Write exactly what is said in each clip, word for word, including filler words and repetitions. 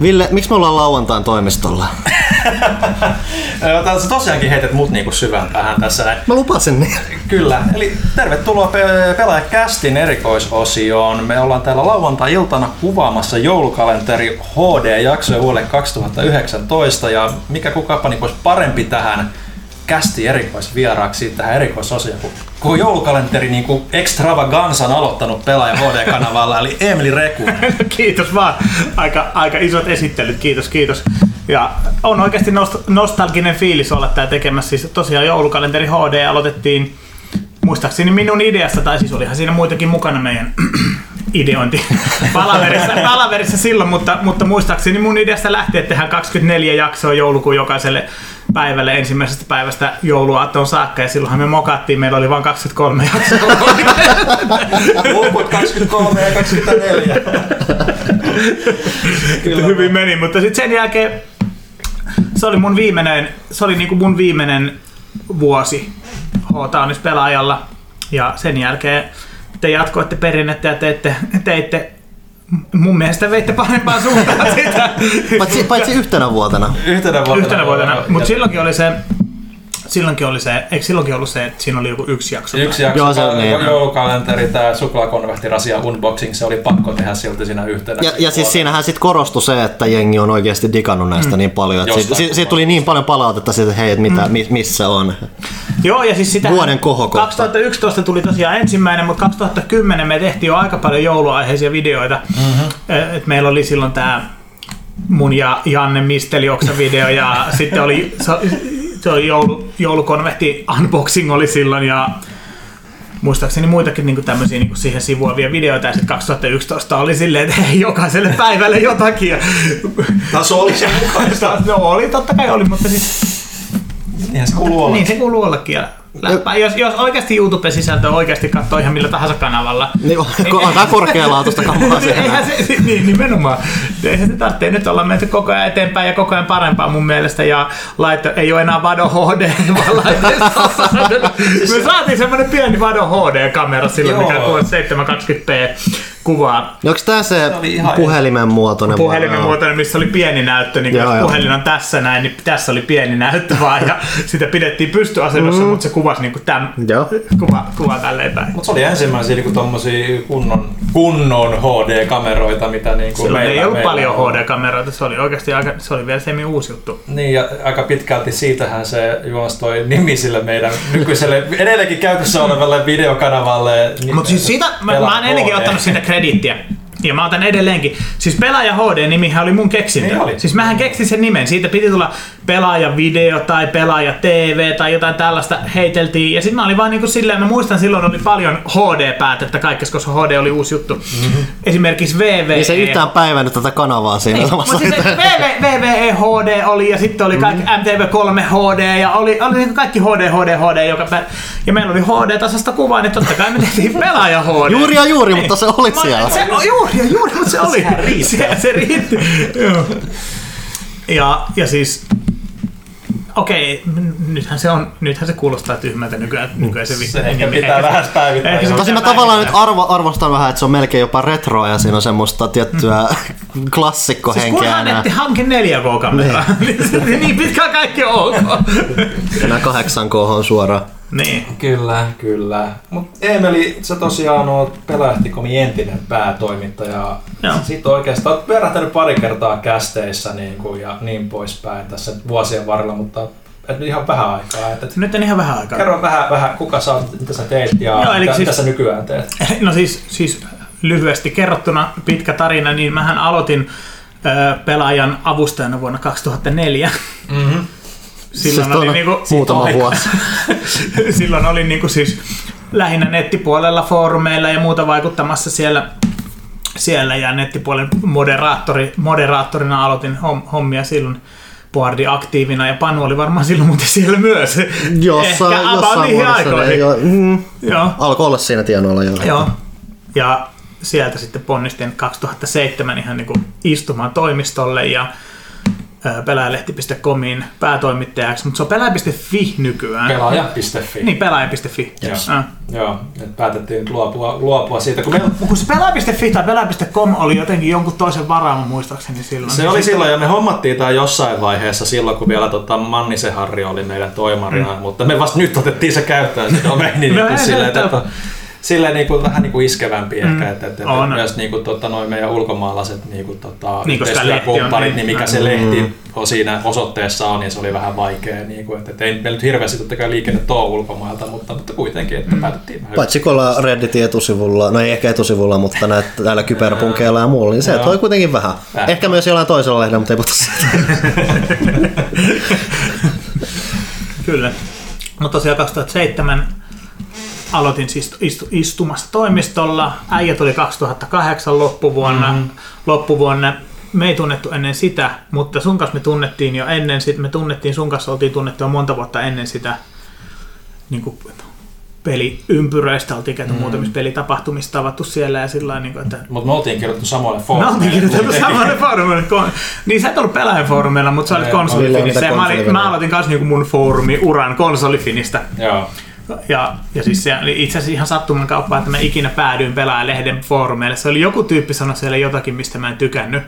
Ville, miksi me ollaan lauantain toimistolla? Sä tosiaankin heität mut niinku syvään päähän tässä näin. Mä lupasin niin. Kyllä, eli tervetuloa Pe- Pelaajakästin erikoisosioon. Me ollaan täällä lauantai-iltana kuvaamassa joulukalenteri H D-jaksoja vuodelle kaksituhattayhdeksäntoista ja mikä kukapa niin olisi parempi tähän kästi erikoisvieraaksi tähän erikoisosioon, kun, kun joulukalenteri niin kuin extravaganza on aloittanut Pelaaja H D-kanavalla, eli Eemeli Reku. Kiitos vaan. Aika, aika isot esittelyt, kiitos, kiitos. Ja on oikeasti nost- nostalginen fiilis olla tää tekemässä. Siis tosiaan joulukalenteri H D aloitettiin muistaakseni minun ideasta, tai siis olihan siinä muitakin mukana meidän ideointi palaverissa, palaverissa silloin, mutta, mutta muistaakseni mun ideasta lähti, että tehdään kaksikymmentäneljä jaksoa joulukuun jokaiselle päivälle ensimmäisestä päivästä jouluaattoon saakka, ja silloinhan me mokattiin, meillä oli vain kaksikymmentäkolme jaksoa. Loput kaksikymmentäkolme ja kaksikymmentäneljä. Kyllä hyvin meni, mutta sitten sen jälkeen se oli mun viimeinen, se oli niinku mun viimeinen vuosi H-Townis-pelaajalla, ja sen jälkeen te jatkoitte perinnettä ja teitte, teitte mun mielestä veitte parempaan suuntaan sitä. Paitsi, paitsi yhtenä vuotena. Yhtenä vuotena. Yhtenä vuotena, mutta silloinkin oli se, silloinkin oli se, eikö silloinkin ollut se, että siinä oli joku yksi jakso? Yksi jakso, Joo, se on niin. Joulukalenteri, tää suklaakonvehtirasia unboxing, se oli pakko tehdä silti siinä yhtenä. Ja, ja siis siinähän sitten korostui se, että jengi on oikeasti digannut näistä mm. niin paljon. Että siitä, siitä, siitä tuli niin paljon palautetta siitä, että hei, että mitä, mm. missä on. Joo, ja siis sitä vuoden kohokohta. kaksituhattayksitoista tuli tosiaan ensimmäinen, mutta kaksituhattakymmenen me tehtiin jo aika paljon jouluaiheisia videoita. Mm-hmm. Et meillä oli silloin tää mun ja Janne Mistelioksa video ja sitten oli, se, se oli joulu, joulukonvehti unboxing oli silloin ja muistaakseni muitakin niin tämmöisiä niin siihen sivuavia videoita ja sitten kaksituhattayksitoista oli silleen, että hei, jokaiselle päivälle jotakin. Taso oli se mukaista. No oli, totta kai oli, mutta siis niin se kuuluu olla. Niin se kuuluu ollakin. Läppä. Jos, jos oikeasti YouTube-sisältöä oikeasti katsoo ihan millä tahansa kanavalla. Niin, on tämä korkealaatuista kamaa eihän se, niin, nimenomaan. Eihän se tarvitsee nyt olla menty koko ajan eteenpäin ja koko ajan parempaa mun mielestä. Ja laitto ei ole enää Vado H D, vaan laitteessa. Me saatiin semmoinen pieni Vado H D-kamera silloin, mikä on seitsemänsataakaksikymmentä p kuvaa. Onko tämä se, se puhelimen muotoinen? Puhelimen muotoinen, missä oli pieni näyttö, niin joo, jos puhelin on tässä näin, niin tässä oli pieni näyttö vaan, ja sitä pidettiin pystyasennossa, mm. mutta se kuvasi niinku tämän, kuva, kuva tälleen päin. Mutta se oli ensimmäisiä niinku tommosia kunnon, kunnon H D-kameroita, mitä niinku meillä ei ollut meillä paljon H D-kameroita, se oli oikeasti aika, se oli vielä semi uusi juttu. Niin, ja aika pitkälti siitähän se juonsi toi nimi sille meidän nykyiselle, edelleenkin käytössä olevalle videokanavalle. Mutta siis siitä, mä, mä oon ennenkin ottanut siitä krediittiä. Ja mä otan edelleenkin. Siis Pelaaja H D-nimihän oli mun keksintö. Niin oli. Siis mähän keksin sen nimen. Siitä piti tulla Pelaaja Video tai Pelaaja T V tai jotain tällaista heiteltiin. Ja sit mä olin vaan niinku silleen, mä muistan silloin oli paljon H D-päätettä kaikessa, koska H D oli uusi juttu. Mm-hmm. Esimerkiksi V V E. Ei se yhtään päivännyt tätä kanavaa siinä. Ei, mutta siis V V E H D oli ja sitten oli kaikki M T V kolme H D ja oli, oli kaikki H D, H D, H D. Joka pä... Ja meillä oli H D-tasasta kuvaa, niin totta kai me tehtiin Pelaaja H D. Juuri ja juuri, mutta se oli siellä. Se, juuri ja juuri, mutta se oli. Se, se riitti. ja, ja siis, okei, nythän se on, nythän se kuulostaa tyhmältä nykyään. nykyään se, se ehkä pitää ehkä vähän päivittää. Tosin mä tavallaan nyt arvo, arvostan vähän, että se on melkein jopa retroa ja siinä on semmoista tiettyä klassikkohenkeä. Siis kunhan netti hankin neljä K-kameraa, niin, niin pitkään kaikki on ok. Nämä kahdeksan K on suoraan. Niin. Kyllä, kyllä. Mutta Eemeli, sä tosiaan oot Pelaajat.comin entinen päätoimittaja. Sitten oikeastaan oot verrahtanut pari kertaa kästeissä niin kuin, ja niin poispäin tässä vuosien varrella, mutta et nyt ihan vähän aikaa. Et, et nyt on ihan vähän aikaa. Kerro vähän, vähän kuka sä oot, mitä sä teet ja Joo, mitä, siis, mitä sä nykyään teet. No siis, siis lyhyesti kerrottuna pitkä tarina, niin mähän aloitin ö, pelaajan avustajana vuonna kaksituhattaneljä. Mm-hmm. Silloin siis oli niinku, muutama vuosi. Silloin oli niinku siis lähinnä nettipuolella foorumeilla ja muuta vaikuttamassa siellä, siellä ja nettipuolen moderaattori, moderaattorina aloitin hommia silloin. Boardi aktiivina ja Panu oli varmaan silloin muuten siellä myös. Jossain, Ehkä jossain niihin aikoihin. Jo, mm, alkoi olla siinä tienoilla jo. Joo. Ja sieltä sitten ponnistin kaksituhattaseitsemän ihan niinku istumaan toimistolle ja pelaajalehti piste comin päätoimittajaksi, mutta se on pelaaja piste fi nykyään. Pelaaja piste fi. Niin, pelaaja piste fi. Yes. Ah. Joo, että päätettiin nyt luopua, luopua siitä. Kun, me... kun se pelaaja piste fi tai pelaaja piste com oli jotenkin jonkun toisen varaama muistaakseni silloin. Se niin oli silloin ja me hommattiin tämä jossain vaiheessa silloin, kun vielä tota, Mannisen Harri oli meidän toimarina, mm. mutta me vasta nyt otettiin se käyttöön se domeini no, niin silleen, että silleen niin kuin, vähän niin kuin iskevämpi mm. ehkä, että, että, että myös niin kuin, tota, noin meidän ulkomaalaiset niin kuin, tota, niin yhteistyökumppanit, niin mikä se lehti mm. on siinä osoitteessa on, niin se oli vähän vaikea. Niin kuin, että, että ei meillä nyt hirveästi totta kai liikennettä ole ulkomailta, mutta, mutta kuitenkin, että mm. päätettiin vähän. Paitsi kun ollaan Redditin etusivulla, no ei ehkä etusivulla, mutta näitä täällä kyberpunkeilla ja muulla, niin se toi kuitenkin vähän. Väh. Ehkä myös jollain toisella lehdellä, mutta ei puhuta siitä. Kyllä. Mutta tosiaan kaksituhattaseitsemän aloitin siis istu, istumassa toimistolla. Äijä tuli kaksituhattakahdeksan loppuvuonna. Mm. loppuvuonna. Me ei tunnettu ennen sitä, mutta sun kanssa me tunnettiin jo ennen sitä. Me tunnettiin, sun kanssa oltiin tunnettu jo monta vuotta ennen sitä niin kuin peliympyröistä. Oltiin käyty mm. muutamissa pelitapahtumissa tavattu siellä ja sillä niin että... Mutta me oltiin kirjoittu samoille foorumeille. Me oltiin kirjoittu samoille foorumeille. Niin sä et ollut pelaajan foorumeilla, mutta sä olit konsolifinissä. Ja mä, olin, mä aloitin kanssa niin mun foorumi-uran konsolifinistä. Joo. Ja, ja siis se oli itse asiassa ihan sattuman kauppaa, että mä ikinä päädyin Pelaajalehden foorumeille. Se oli joku tyyppi sanoi siellä jotakin, mistä mä en tykännyt.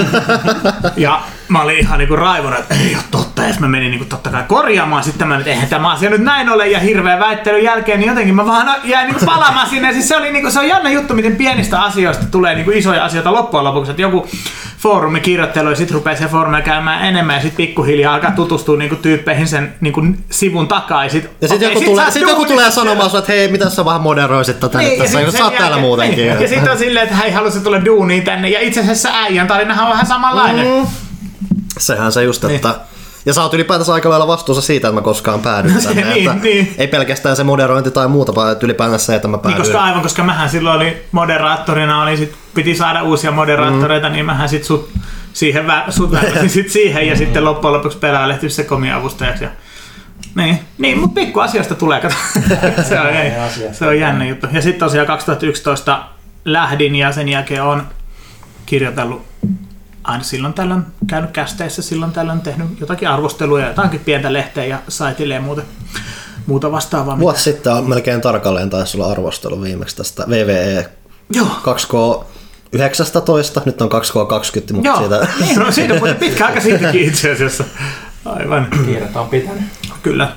Ja mä olin ihan niinku raivona, että ei ole totta. Ja mä menin niinku totta kai korjaamaan. Sitten mä nyt, eihän tämä asia nyt näin ole. Ja hirveän väittelyn jälkeen, niin jotenkin mä vaan jäin niinku palaamaan sinne. Siis se, oli niinku, se on jännä juttu, miten pienistä asioista tulee niinku isoja asioita loppujen lopuksi. Että joku foorumikirjoittelu ja sitten rupeaa se foorumia käymään enemmän. Ja sitten pikkuhiljaa alkaa tutustua niinku tyyppeihin sen niinku sivun takaa. Ja sitten sit okay, joku sit tulee... Sit joku tulee sanomaan sulle, että hei, mitä sä vähän moderoisit tätä niin, tässä, sä oot täällä muutenkin. Niin. Ja sitten on silleen, että hei, haluaisit tulla duuniin tänne. Ja itse asiassa äijän tarinahan on vähän samanlainen. Mm. Sehän se just, että... Niin. Ja sä oot ylipäätänsä aika lailla vastuussa siitä, että mä koskaan päädyin tänne. niin, että niin. Ei pelkästään se moderointi tai muuta, vaan ylipäätänsä se, että mä päädyin. Niin, koska aivan, koska mähän silloin oli moderaattorina, oli sit, piti saada uusia moderaattoreita, mm. niin mähän sit sut siihen, sut sit siihen ja mm. sitten loppujen lopuksi Pelaajalehti se komin avustajaksi. Ja Niin, niin mutta pikku asioista tulee, kato. se, on, ei, se on jännä juttu. Ja sitten tosiaan kaksituhattayksitoista lähdin ja sen jälkeen olen kirjoitellut aina silloin tällöin, käynyt kästeissä, silloin tällöin tehnyt jotakin arvostelua ja jotakin pientä lehteä ja saitille ja muuta, muuta vastaavaa. Vuosi sitten on melkein tarkalleen taisi olla arvostelu viimeksi tästä V V E Joo. kaksi K yhdeksäntoista, nyt on kaksi K kaksikymmentä, mutta Joo. siitä... Niin, no siitä on pitkä aika siitäkin itse asiassa. Aivan. Kiirettä on pitänyt. Kyllä.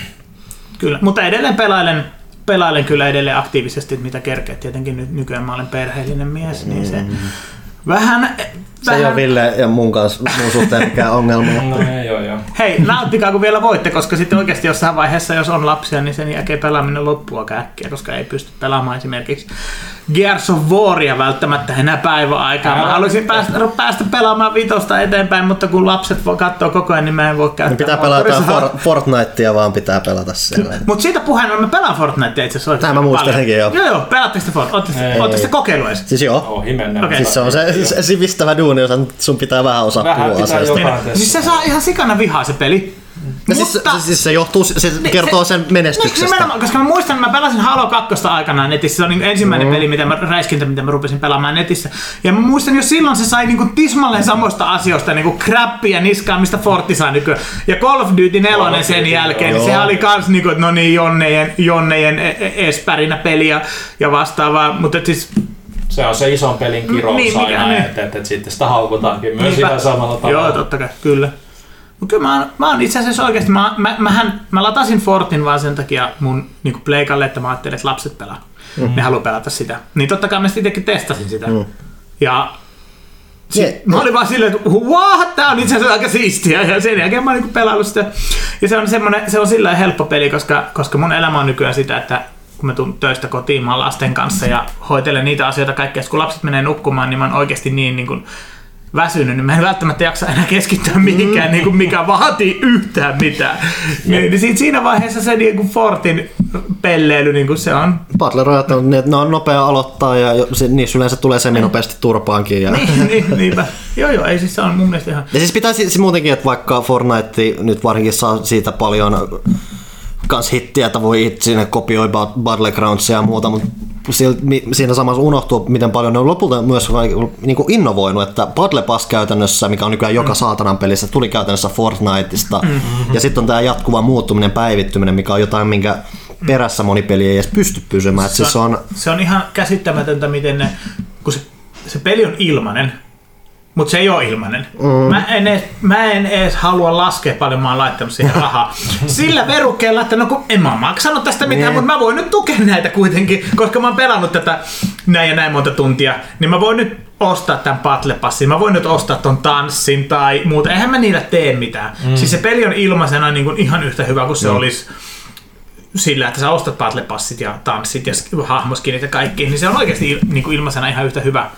Kyllä. Mutta edelleen pelailen, pelailen kyllä edelleen aktiivisesti, mitä kerkeet. Tietenkin nyt nykyään mä olen perheellinen mies, niin se vähän... Se vähän... ei ole Ville ja mun kanssa mun suhteen mikään ongelma. No ei joo, joo. Hei, nauttikaa kun vielä voitte, koska sitten oikeasti jossain vaiheessa, jos on lapsia, niin sen jälkeen pelaaminen loppuu aika äkkiä, koska ei pysty pelaamaan esimerkiksi Gears of Waria välttämättä enää päiväaikaa. Mä haluaisin päästä, päästä pelaamaan vitosta eteenpäin, mutta kun lapset voi katsoa koko ajan, niin mä en voi käyttää. Niin pitää pelata for, Fortnitea, vaan pitää pelata siellä. Mutta siitä puheen on, mä pelaan Fortnitea itse asiassa. Tämä mä muistelenkin jo. Joo joo, pelaatteko sitä Fortnitea? Ootteko sitä kokeilu edes? Siis joo. Ohi mennään. Okay. Siis se on se, se sivistävä duuni, jos sun pitää vähän osaa vähän puhua asiasta. Siis se saa ihan sikana vihaa se peli. Ja mutta, siis, siis se johtuu, se niin, kertoo se, sen menestyksestä. Niin, koska mä muistan, että mä pelasin Halo kaksi aikanaan netissä. Se on niin ensimmäinen mm. peli, mitä mä, räiskintä, mitä mä rupesin pelaamaan netissä. Ja mä muistan, jo silloin se sai niinku tismalleen samoista asioista, niinku crappia niskaa, mistä Fortti saa nykyään. Ja Call of Duty neljä sen jälkeen, niin sehän oli kans niinku, no niin, Jonnejen, Jonnejen espärinä peliä ja vastaavaa. Mutta siis... Se on se ison pelin kirous niin, aina, niin. että, että, että sitten sitä haukutaankin myös ihan samalla tavalla. Joo, totta kai, kyllä. Mutta kyllä mä, mä oon itse asiassa oikeasti, mä, mä, mähän, mä latasin Fortin vaan sen takia mun niin pleikalle, että mä ajattelin, että lapset pelaa. Mm-hmm. Ne haluaa pelata sitä. Niin totta kai mä sitten itsekin testasin sitä. Mm. Ja sit, yeah. mä olin vaan silleen, että what? Tää on itse asiassa aika siistiä. Ja sen jälkeen mä oon niin pelaillut sitä. Ja se on, se on sillä helppo peli, koska, koska mun elämä on nykyään sitä, että kun mä tuun töistä kotiin, mä oon lasten kanssa ja hoitelen niitä asioita kaikkea. Kun lapset menee nukkumaan, niin mä oon oikeasti niin, niin kuin väsynyt, niin mä en välttämättä jaksa enää keskittyä mihinkään, niin kuin mikä vaatii yhtään mitään. Niin, niin siinä vaiheessa se niin kuin Fortin pelleily, niin kuin se on. Battle Royale on, ne on nopea aloittaa ja niissä yleensä tulee seminopeasti turpaankin. Ja... niin, niin, niinpä. Joo, joo, ei siis se on mun mielestä ihan... Ja siis pitäisi siis muutenkin, että vaikka Fortnite nyt varsinkin saa siitä paljon kans hittiä, että voi itse sinne kopioi Battlegroundsia ja muuta, mutta siinä samassa unohtuu, miten paljon ne on lopulta myös niin kuin innovoinut, että Battle Pass käytännössä, mikä on nykyään joka saatanan pelissä, tuli käytännössä Fortniteista, mm-hmm. ja sitten on tämä jatkuva muuttuminen, päivittyminen, mikä on jotain, minkä perässä moni peli ei edes pysty pysymään. Se on, se on, se on ihan käsittämätöntä, miten ne, kun se, se peli on ilmainen, mutta se ei ole ilmainen. Mm. Mä, en edes, mä en edes halua laskea paljon, mä oon laittanut siihen rahaa. Sillä verukkeella, että no kun en mä maksanut tästä mitään, mutta mä voin nyt tukea näitä kuitenkin, koska mä oon pelannut tätä näin ja näin monta tuntia, niin mä voin nyt ostaa tämän Battle Passin, mä voin nyt ostaa ton tanssin tai muuta. Eihän mä niillä tee mitään. Mm. Siis se peli on ilmaisena niin kuin ihan yhtä hyvä kuin se mm. olisi sillä, että sä ostat Battle Passit ja tanssit ja hahmoskinit ja kaikki, niin se on oikeasti niin kuin ilmaisena ihan yhtä hyvä.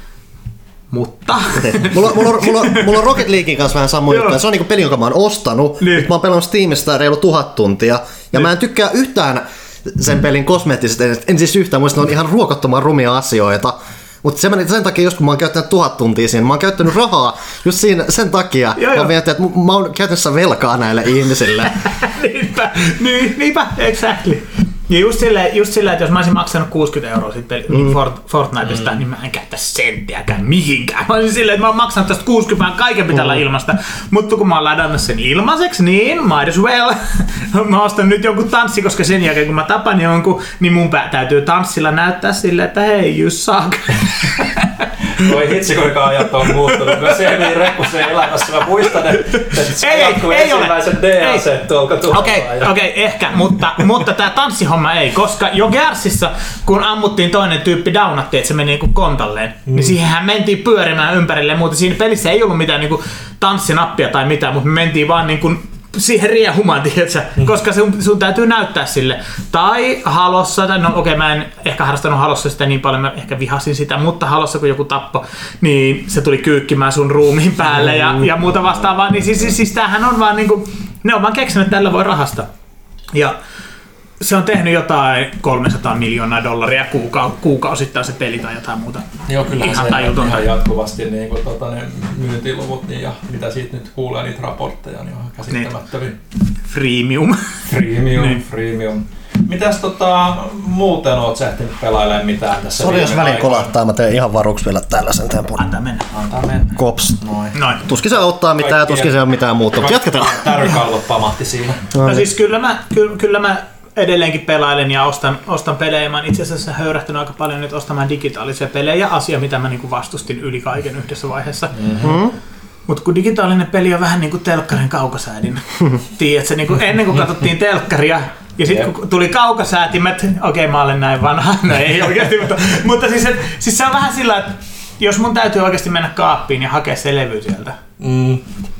Mutta mulla, mulla, mulla, mulla on Rocket Leaguein kanssa vähän samoin juttu. Se on niinku peli, jonka mä oon ostanut. Niin. Mä oon pelannut Steamista reilu tuhat tuntia. Ja niin. Mä en tykkää yhtään sen pelin kosmeettisesta. En siis yhtään, muista ne on ihan ruokottoman rumia asioita. Mutta sen, sen takia, jos kun mä oon käyttänyt tuhat tuntia siinä, mä oon käyttänyt rahaa just siinä, sen takia. Joo, mä oon miettinyt, että mä oon käytännössä velkaa näille ihmisille. niinpä, niin, niinpä, exactly. Ja just silleen, just silleen, että jos mä olisin maksanut kuusikymmentä euroa siitä peli- mm. Fort, Fortnitesta, mm. niin mä en käyttäisi senttiäkään mihinkään. Mä olisin silleen, että mä oon maksanut tästä kuusikymmentä, kaiken pitää olla mm. ilmasta. Mutta kun mä oon ladannut sen ilmaiseksi, niin might as well. Mä ostan nyt jonkun tanssi, koska sen jälkeen kun mä tapan jonkun, niin mun pää täytyy tanssilla näyttää silleen, että hei, you suck. Voi hitsi, kuinka ajat on muuttunut. Myös Emil Rekkusen elämässä. Mä muistan, että se ei, jatkuu ei ensimmäisen D L C tuolta tuolla. Okei, okay, okay, ehkä, mutta, mutta tää tanssihomma ei, koska jo Gearsissa, kun ammuttiin toinen tyyppi downattiin, että se meni niinku kontalleen, mm. niin siihenhän mentiin pyörimään ympärille ja muuta. Siinä pelissä ei ollut mitään niinku tanssinappia tai mitään, mutta me mentiin vaan niinku siihen riehumaan, tiiätsä, mm. koska sun, sun täytyy näyttää sille. Tai Halossa, tai no okei, okay, mä en ehkä harrastanut Halossa sitä niin paljon, mä ehkä vihasin sitä, mutta Halossa kun joku tappo, niin se tuli kyykkimään sun ruumiin päälle mm. ja, ja muuta vastaavaa, niin siis, siis, siis tämähän on vaan niinku, ne on vaan keksinyt, että tällä voi rahastaa. Ja se on tehnyt jotain kolmesataa miljoonaa dollaria kuuka- kuukausittain se peli tai jotain muuta. Joo, kyllähän ihan se tajutonta. Ihan jatkuvasti niin kuin, tota, ne myyntiluvut niin, ja mitä siitä nyt kuulee niitä raportteja, niin on käsittämättömiä. Freemium. Freemium, niin. Freemium. Mitäs tota, muuten oot sä ehtinyt pelailemaan mitään tässä? Sori, jos väliin kolahtaa, mä teen ihan varuksi vielä tällaisen tempun. Antaa mennä. Antaa mennä. Kops. Noin. Noin. Tuskin se auttaa mitään ja tuskin se on mitään muuta. Jatketaan. Tärkallot pamahti siinä. No, no siis kyllä mä, kyllä, kyllä mä edelleenkin pelailen ja ostan, ostan pelejä. Mä oon itse asiassa höyrähtynyt aika paljon nyt ostamaan digitaalisia pelejä. Asia, mitä mä niinku vastustin yli kaiken yhdessä vaiheessa. Mm-hmm. Mutta kun digitaalinen peli on vähän niin kuin telkkarin kaukosäädin. Tiedätkö, niin kuin ennen kuin katsottiin telkkaria, ja sitten kun tuli kaukosäätimet, okei okay, mä olen näin vanha, no ei oikeasti, mutta, mutta siis, et, siis se on vähän sillä, että jos mun täytyy oikeasti mennä kaappiin ja hakea se levy sieltä. Mm.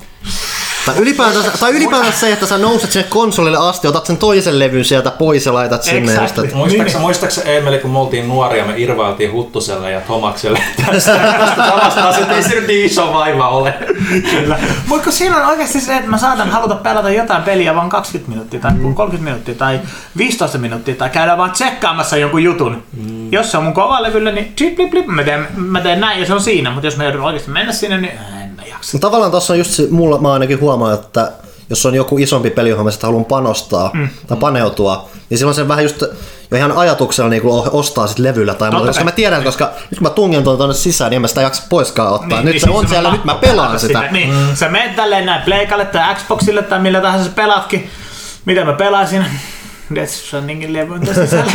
Tai ylipäätänsä, tai ylipäätänsä se, että sä nouset sinne konsolille asti, otat sen toisen levyn sieltä pois ja laitat sinne. Exactly. Muistaaksä, muistaaksä Emeli, kun me oltiin nuoria, me irvailtiin Huttuselle ja Tomakselle tästä, tästä samasta asiasta, ei se nyt niin iso vaiva ole. Kyllä. Mutta siinä on oikeasti se, että mä saatan haluta pelata jotain peliä vaan kaksikymmentä minuuttia tai kolmekymmentä minuuttia tai viisitoista minuuttia tai käydään vaan tsekkaamassa jonkun jutun. Mm. Jos se on mun kova levyllä, niin blip, blip, blip, mä, teen, mä teen näin ja se on siinä, mutta jos mä joudun oikeasti mennä sinne, niin en mä jaksa. No, tavallaan tossa on just se, mulla mä ainakin huomaan, että jos on joku isompi peli, johon mä sitä haluan panostaa mm. tai paneutua, niin silloin se vähän just jo ihan ajatuksella niin ostaa sit levyllä tai muuta, koska mä tiedän, koska nyt kun mä tungen tuon tuonne sisään, niin en mä sitä jaksa poiskaan ottaa. Niin, nyt niin se on siellä, nyt mä pelaan sitä. sitä. Niin, mm. Sä menet tälleen näin Pleikalle tai Xboxille tai millä tahansa sä pelaatkin. Mitä mä pelasin? Death Strandingin levy on tässä sisällä.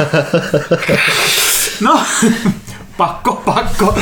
No, pakko, pakko.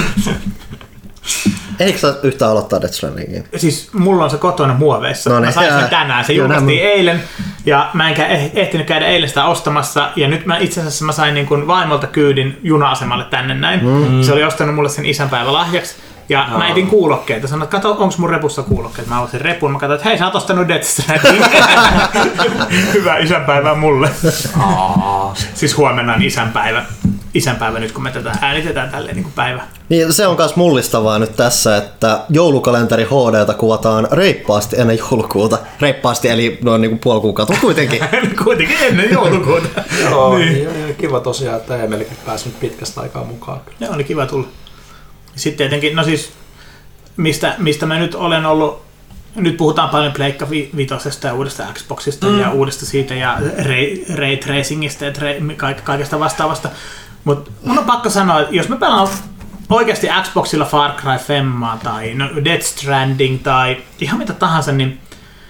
Eikö sä yhtään aloittaa Death Strandingin? Siis mulla on se kotona muoveissa. No niin, mä sain sen tänään. Se julkaistiin eilen ja mä en ehtinyt käydä eilen sitä ostamassa. Ja nyt mä itse asiassa mä sain niin kuin vaimolta kyydin juna-asemalle tänne näin. Mm-hmm. Se oli ostanut mulle sen isänpäivän lahjaksi. Ja no. Mä etin kuulokkeita. Sanoin, että kato, onko mun repussa kuulokkeet? Mä avasin repun. Mä katsoin, että hei, sä oot ostanut Death Stranding. Hyvää isänpäivää mulle. Oh. Siis huomenna on isänpäivä. Isänpäivä nyt, kun me tätä äänitetään tälleen niin kuin päivä. Niin, se on myös mullistavaa nyt tässä, että joulukalenteri H D:tä kuvataan reippaasti ennen joulukuuta. Reippaasti, eli noin niin kuin puoli kuukautta, mutta kuitenkin. kuitenkin ennen joulukuuta. Joo, niin. Kiva tosiaan, että Emelikin pääsi nyt pitkästä aikaa mukaan. Joo, oli kiva tulla. Sitten tietenkin, no siis, mistä, mistä mä nyt olen ollut nyt puhutaan paljon Pleikka Vitosesta ja uudesta Xboxista mm. ja uudesta siitä ja ray, ray tracingista ja tra- kaikesta vastaavasta. Mutta mun on pakko sanoa, että jos me pelaan oikeasti Xboxilla Far Cry Femmaa tai no, Death Stranding tai ihan mitä tahansa, niin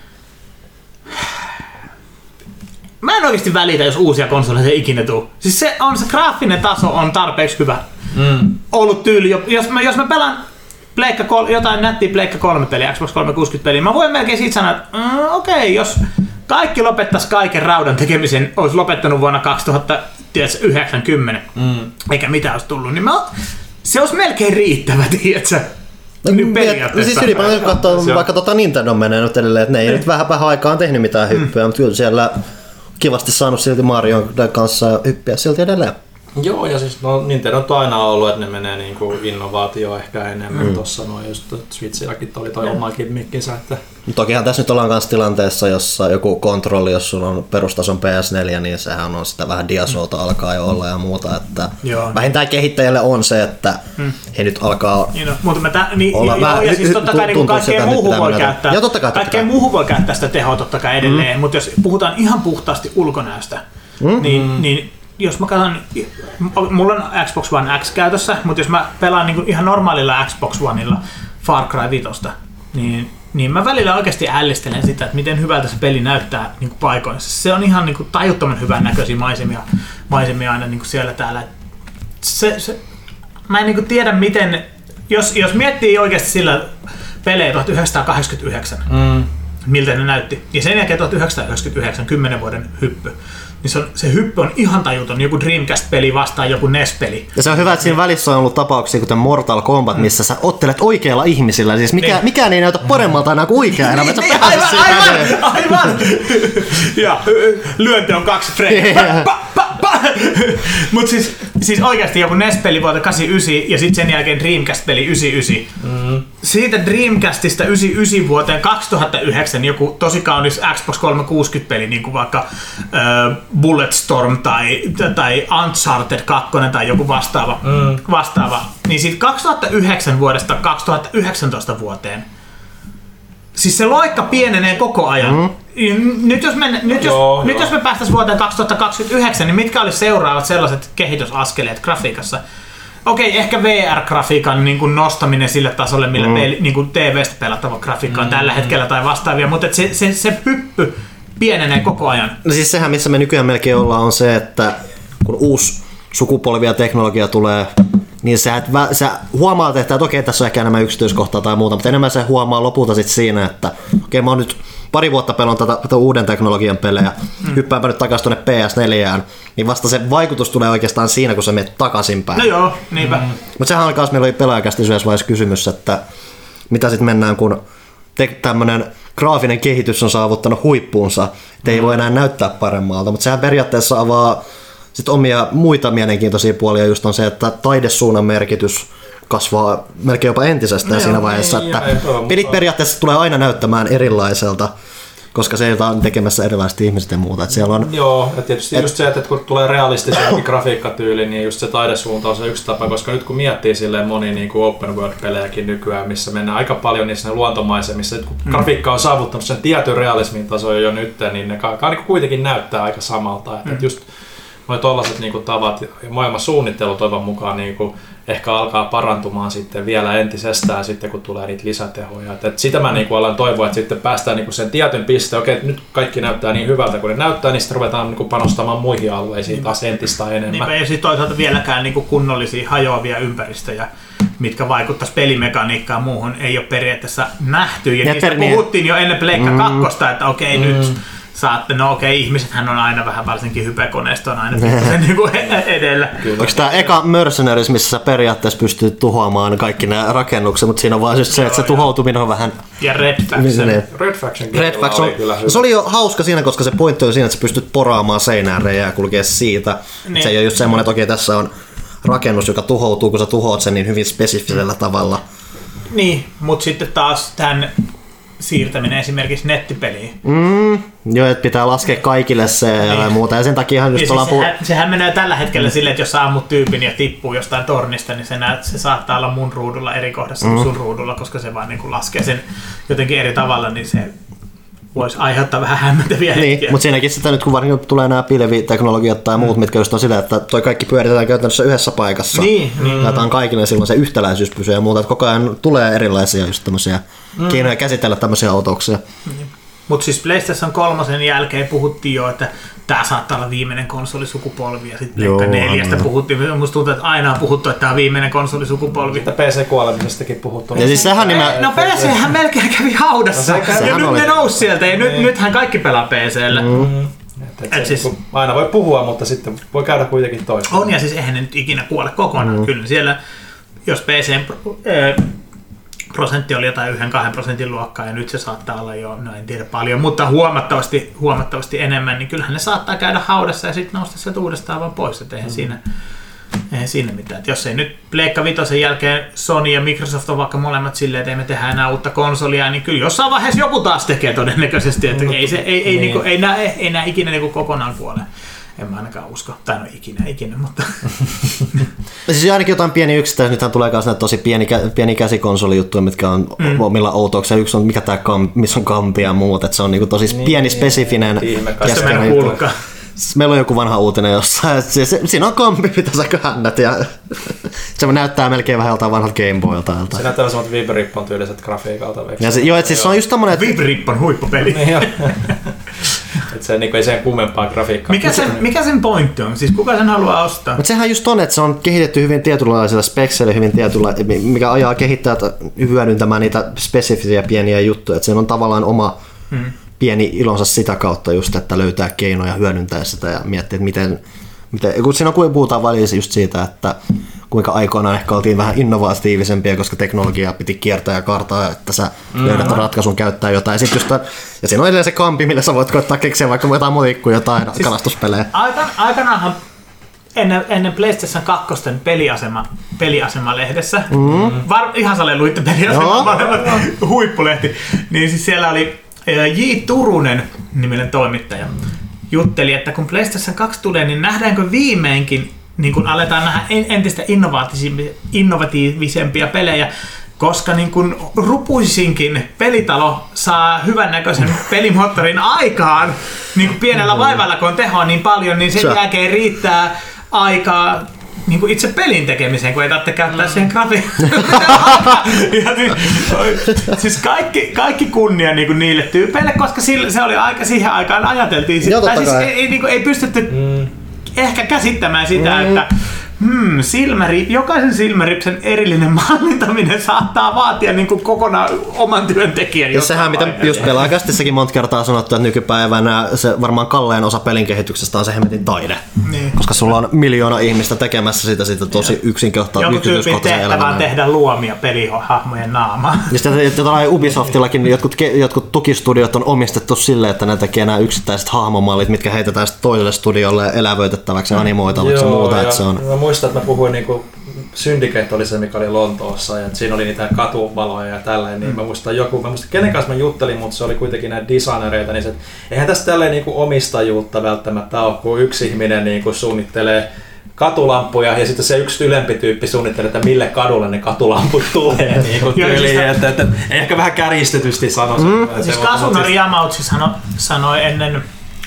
mä en oikeasti välitä, jos uusia konsoleja ei ikinä tule. Siis se, on, se graafinen taso on tarpeeksi hyvä. Mm. Ollut tyyli. Jos mä, jos mä pelaan Pleikka kol, jotain nättiä Pleikka kolme peliä, Xbox kolmesataakuusikymmentä peliä, mä voin melkein siitä sanoa, että mm, okei, okay, jos kaikki lopettaisi kaiken raudan tekemisen, olisi lopettanut vuonna kaksituhattayhdeksänkymmentä, mm. eikä mitään olisi tullut, niin mä, se olisi melkein riittävä, tiedätkö? No, siis ylipäätään katsoo vaikka tota Nintendo menee nyt edelleen, että ne ei mm. nyt vähän vähän aikaan tehnyt mitään hyppyä, mm. mutta kyllä siellä kivasti saanut silti Marion kanssa hyppiä silti edelleen. Joo, ja siis no, Nintendo on aina ollut, että ne menee niinku innovaatio ehkä enemmän mm. tuossa, no just Switchilläkin oli toi mm. oma gimmickinsä, että... Tokihan tässä nyt ollaan kanssa tilanteessa, jossa joku kontrolli, jos sulla on perustason P S neljä, niin sehän on sitä vähän diasoota mm. alkaa jo olla ja muuta, että joo. Vähintään kehittäjälle on se, että mm. he nyt alkaa niin no, mutta mä tä, niin, olla joo, vähän ja siis totta kai niin kaikkeen muuhun voi käyttää, joo, totta kai, totta kaikkeen kai. muuhun voi käyttää sitä tehoa totta kai edelleen, mm. mutta jos puhutaan ihan puhtaasti ulkonäöstä, mm. niin, niin jos mä katson, mulla on Xbox One X käytössä, mutta jos mä pelaan niin ihan normaalilla Xbox Oneilla Far Cry viisi, niin, niin mä välillä oikeasti ällistelen sitä, että miten hyvältä se peli näyttää niin paikoissa. Se on ihan niin tajuttoman hyvän näköisiä maisemia, maisemia aina niin siellä täällä. Se, se, mä en niin tiedä miten, jos, jos miettii oikeasti sillä pelejä tuhatyhdeksänsataakahdeksankymmentäyhdeksän, mm. miltä ne näytti, ja sen jälkeen tuhatyhdeksänsataayhdeksänkymmentäyhdeksän, kymmenen vuoden hyppy, niin se, on, se hyppy on ihan tajuton, joku Dreamcast-peli vastaan joku N E S-peli. Ja se on hyvä, että siinä välissä on ollut tapauksia, kuten Mortal Kombat, mm. missä sä ottelet oikeilla ihmisillä. Siis mikä, niin. mikään ei näytä paremmalta enää kuin oikea elämä. Niin, niin, aivan, aivan, aivan. Ja lyönti on kaksi freimiä. Mutta siis, siis oikeasti joku N E S-peli vuotta kahdeksankymmentäyhdeksän ja sitten sen jälkeen Dreamcast-peli yhdeksänkymmentäyhdeksän. Mm. Siitä Dreamcastista yhdeksänkymmentäyhdeksän vuoteen kaksituhattayhdeksän joku tosi kaunis Xbox kolmesataakuusikymmentä-peli, niin kuin vaikka äh, Bulletstorm tai, tai Uncharted kaksi tai joku vastaava, mm. vastaava. Niin siitä kaksituhattayhdeksän vuodesta kaksituhattayhdeksäntoista vuoteen, siis se loikka pienenee koko ajan. Mm. Nyt jos me, nyt jos, joo, nyt joo. jos me päästäisiin vuoteen kaksituhattakaksikymmentäyhdeksän, niin mitkä olisi seuraavat sellaiset kehitysaskeleet grafiikassa? Okei, ehkä V R-grafiikan niin kuin nostaminen sille tasolle, millä mm. peli, niin kuin T V:stä pelattava grafiikka on mm. tällä hetkellä tai vastaavia, mutta se, se, se hyppy pienenee koko ajan. No siis sehän, missä me nykyään melkein ollaan, on se, että kun uusi sukupolvi ja teknologia tulee, niin sä, et, sä huomaat, että okei, tässä on ehkä enemmän yksityiskohtaa tai muuta, mutta enemmän se huomaa lopulta sit siinä, että okei, mä oon nyt pari vuotta pelon tätä, tätä uuden teknologian pelejä, mm. hyppääpä nyt takaisin tuonne P S neljään, niin vasta se vaikutus tulee oikeastaan siinä, kun sä menet takaisinpäin. No joo, niinpä. Mm. Mutta sehän on kanssa, meillä oli pelaajakästi yhdessä vaiheessa kysymys, että mitä sitten mennään, kun tämmöinen graafinen kehitys on saavuttanut huippuunsa, että ei mm. voi enää näyttää paremmalta, mutta sehän periaatteessa avaa sit omia muita mielenkiintoisia puolia, just on se, että taidesuunnan merkitys kasvaa melkein jopa entisestään no siinä joo, vaiheessa, ei, että ei, ei, pelit mutta... periaatteessa tulee aina näyttämään erilaiselta, koska se on tekemässä erilaiset ihmiset ja muuta. Että siellä on, joo, ja tietysti et... just se, että kun tulee realistisempi grafiikkatyyli, niin just se taidesuunta on se yksi tapa, koska nyt kun miettii silleen moni niin kuin open world-pelejäkin nykyään, missä mennään aika paljon niissä luontomaisemissa, että kun mm. grafiikka on saavuttanut sen tietyn realismin tason jo nyt, niin ne alkaa niin kuitenkin näyttää aika samalta. Että mm. et just noi tollaiset niinku tavat ja maailman suunnittelu toivon mukaan niinku ehkä alkaa parantumaan sitten vielä entisestään sitten, kun tulee niitä lisätehoja. Et, et sitä mä niinku alan toivoa, että sitten päästään niinku sen tietyn pisteen, okei, nyt kaikki näyttää niin hyvältä kuin ne näyttää, niin sitten ruvetaan niinku panostamaan muihin alueisiin niin, taas entistä enemmän. Niinpä, ja sitten toisaalta vieläkään niinku kunnollisia hajoavia ympäristöjä, mitkä vaikuttaisi pelimekaniikkaan muuhun, ei ole periaatteessa nähty. Ja, ja niistä per... puhuttiin jo ennen Pleikka kakkosta, mm. että okei, mm. nyt saatte, no okei, ihmisethän on aina vähän, varsinkin hypekoneisto on aina sen niin kuin edellä. Kyllä. Onko tämä eka Mercenaries, missä sä periaatteessa pystyt tuhoamaan kaikki nämä rakennukset, mutta siinä on vaan just se, että se tuhoutuminen on vähän... Ja Red Faction. Red Faction, Red Faction oli kyllä hyvä. Se oli jo hauska siinä, koska se pointti oli siinä, että sä pystyt poraamaan seinään reijää ja kulkea siitä. Niin. Se ei ole just semmoinen, että okei, tässä on rakennus, joka tuhoutuu, kun sä tuhoat sen niin hyvin spesifisellä tavalla. Niin, mutta sitten taas tämän siirtäminen esimerkiksi nettipeliin. Mm. Joo, että pitää laskea kaikille se ja niin. muuta. Ja sen takiahan just siis puh... sehän, sehän menee tällä hetkellä mm. silleen, että jos sä ammut tyypin ja tippuu jostain tornista, niin se, näet, se saattaa olla mun ruudulla eri kohdassa mm. kuin sun ruudulla, koska se vaan niin kuin laskee sen jotenkin eri tavalla, niin se voisi aiheuttaa vähän hämmentäviä niin, hetkiä. mutta siinäkin sitä nyt kun varsinkin tulee nämä pilviteknologiat tai muut, mm. mitkä just on silleen, että toi kaikki pyöritetään käytännössä yhdessä paikassa. Niin, niin. Ja on kaikille silloin se yhtäläisyys pysyy ja muuta, että koko ajan tulee erilaisia just tämmöisiä mm. keinoja käsitellä tämmöisiä autouksia. Mm. Mutta siis PlayStation kolmosen jälkeen puhuttiin jo, että tämä saattaa olla viimeinen konsolisukupolvi ja sitten Pleikka neljästä puhuttiin. Musta tuntuu, että aina on puhuttu, että tämä on viimeinen konsolisukupolvi. Sitten P C-kuolemisestakin puhuttu. Ja siis sehän nimä... No P C:hän melkein kävi haudassa. No, se, ja nyt oli... ne nousi sieltä ja nyt, nythän kaikki pelaa P C:llä. Mm. Et, et et siis... Aina voi puhua, mutta sitten voi käydä kuitenkin toista. On ja siis eihän ne nyt ikinä kuole kokonaan. Mm. Kyllä siellä, jos P C... Äh, prosentti oli jotain yhden kahden prosentin luokkaa ja nyt se saattaa olla jo, no en tiedä paljon, mutta huomattavasti, huomattavasti enemmän, niin kyllähän ne saattaa käydä haudassa ja sitten nousta sieltä uudestaan vaan pois, että eihän, mm. siinä, eihän siinä mitään. Et jos ei nyt Pleikka Vitosen jälkeen Sony ja Microsoft on vaikka molemmat silleen, että ei me tehdä enää uutta konsolia, niin kyllä jossain vaiheessa joku taas tekee todennäköisesti, että mm. ei, se, ei, ei, niin. niinku, ei, nää, ei, ei nää ikinä niinku kokonaan kuole. En mä ainakaan usko. Tai no ikinä, ikinä, mutta... Siis ainakin jotain pieni yksittäisiä. Nythän tulee myös näitä tosi pieni, pieni käsikonsolijuttuja, mitkä on mm. omilla outouksia. Yksi on, mikä tää kam, missä on kampi ja muut. Että se on niinku tosi niin, pieni, spesifinen keskeinen juttu. Meillä on joku vanha uutinen jossain. Se, se, siinä on kampi, mitä sä käännät. Ja se näyttää melkein vähän joltain vanhalta Game Boylta. Se näyttää vähän semmoista Viberippon tyyliset grafiikalta. Ja se, joo, et siis se on just tommonen... Et... Viberippon huippupeli. Että se niinku ei sen kummempaa grafiikkaa. Mikä sen, mikä sen pointti on? Siis kuka sen haluaa ostaa? Mutta sehän just on, että se on kehitetty hyvin tietynlaisilla spekseillä, hyvin tietyllä, mikä ajaa kehittäjät hyödyntämään niitä spesifisiä pieniä juttuja. Että se on tavallaan oma hmm. pieni ilonsa sitä kautta just, että löytää keinoja hyödyntää sitä ja miettiä, että miten... miten kun siinä puhutaan välillä just siitä, että kuinka aikoinaan ehkä oltiin vähän innovatiivisempia, koska teknologiaa piti kiertää ja kartaa, että sä mm-hmm. löydät ratkaisun käyttää jotain. Ja, sit just, ja siinä on edelleen se kampi, millä sä voit koittaa keksiä vaikka jotain muikkuja, jotain siis kalastuspelejä. Aikan, aikanaanhan ennen, ennen PlayStation kaksi peliasema, peliasemalehdessä, mm-hmm. var, ihan sale luitte peliasema, huippulehti, niin siis siellä oli J. Turunen niminen toimittaja. Jutteli, että kun PlayStation kaksi tulee, niin nähdäänkö viimeinkin niin kun aletaan nähdä entistä innovatiivisempia pelejä, koska niin kun rupuisinkin pelitalo saa hyvännäköisen pelimoottorin aikaan niin kun pienellä vaivalla, kun on tehoa niin paljon, niin sen Sä. jälkeen riittää aikaa niin kuin itse pelin tekemiseen, kun ei tarvitse käyttää mm. siihen grafiikkaan. Siis kaikki, kaikki kunnia niin kuin niille tyypeille, koska se oli aika, siihen aikaan ajateltiin. Joo, tai siis ei, ei, niin kuin, ei pystytty mm. ehkä käsittämään sitä, mm. että Hmm, silmäri, jokaisen silmäripsen erillinen mallintaminen saattaa vaatia niin kuin kokonaan oman työntekijän. Ja sehän, mitä just Pelaajakastissakin monta kertaa sanottu, että nykypäivänä se varmaan kallein osa pelin kehityksestä on se hemmetin taide. Niin. Koska sulla on miljoona ihmistä tekemässä sitä, sitä tosi yksinkertaisesti. Joku tyypin tehtävä on tehdä luomia pelihahmojen naamaa. Ja sitten Ubisoftillakin jotkut, jotkut tukistudiot on omistettu silleen, että ne tekee nämä yksittäiset hahmomallit, mitkä heitetään toiselle studiolle elävöitettäväksi ja animoitavaksi ja muuta. Että se on... Muistan, että mä puhuin niinku Syndicate oli se, mikä oli Lontoossa ja siinä oli niitä katuvaloja ja tälleen, niin mm. mä muistan joku, mä muistan kenen kanssa mä juttelin, mutta se oli kuitenkin näitä designereita, niin se, että eihän tässä tälleen niinku omistajuutta välttämättä ole, kun yksi ihminen niinku suunnittelee katulampuja ja sitten se yksi ylempi tyyppi suunnittelee, että mille kadulle ne katulamput tulee niinku tyyliin, että, että, että ehkä vähän kärjistetysti sanoisin. Mm. Siis Kasunori Yamauchi sano, sanoi ennen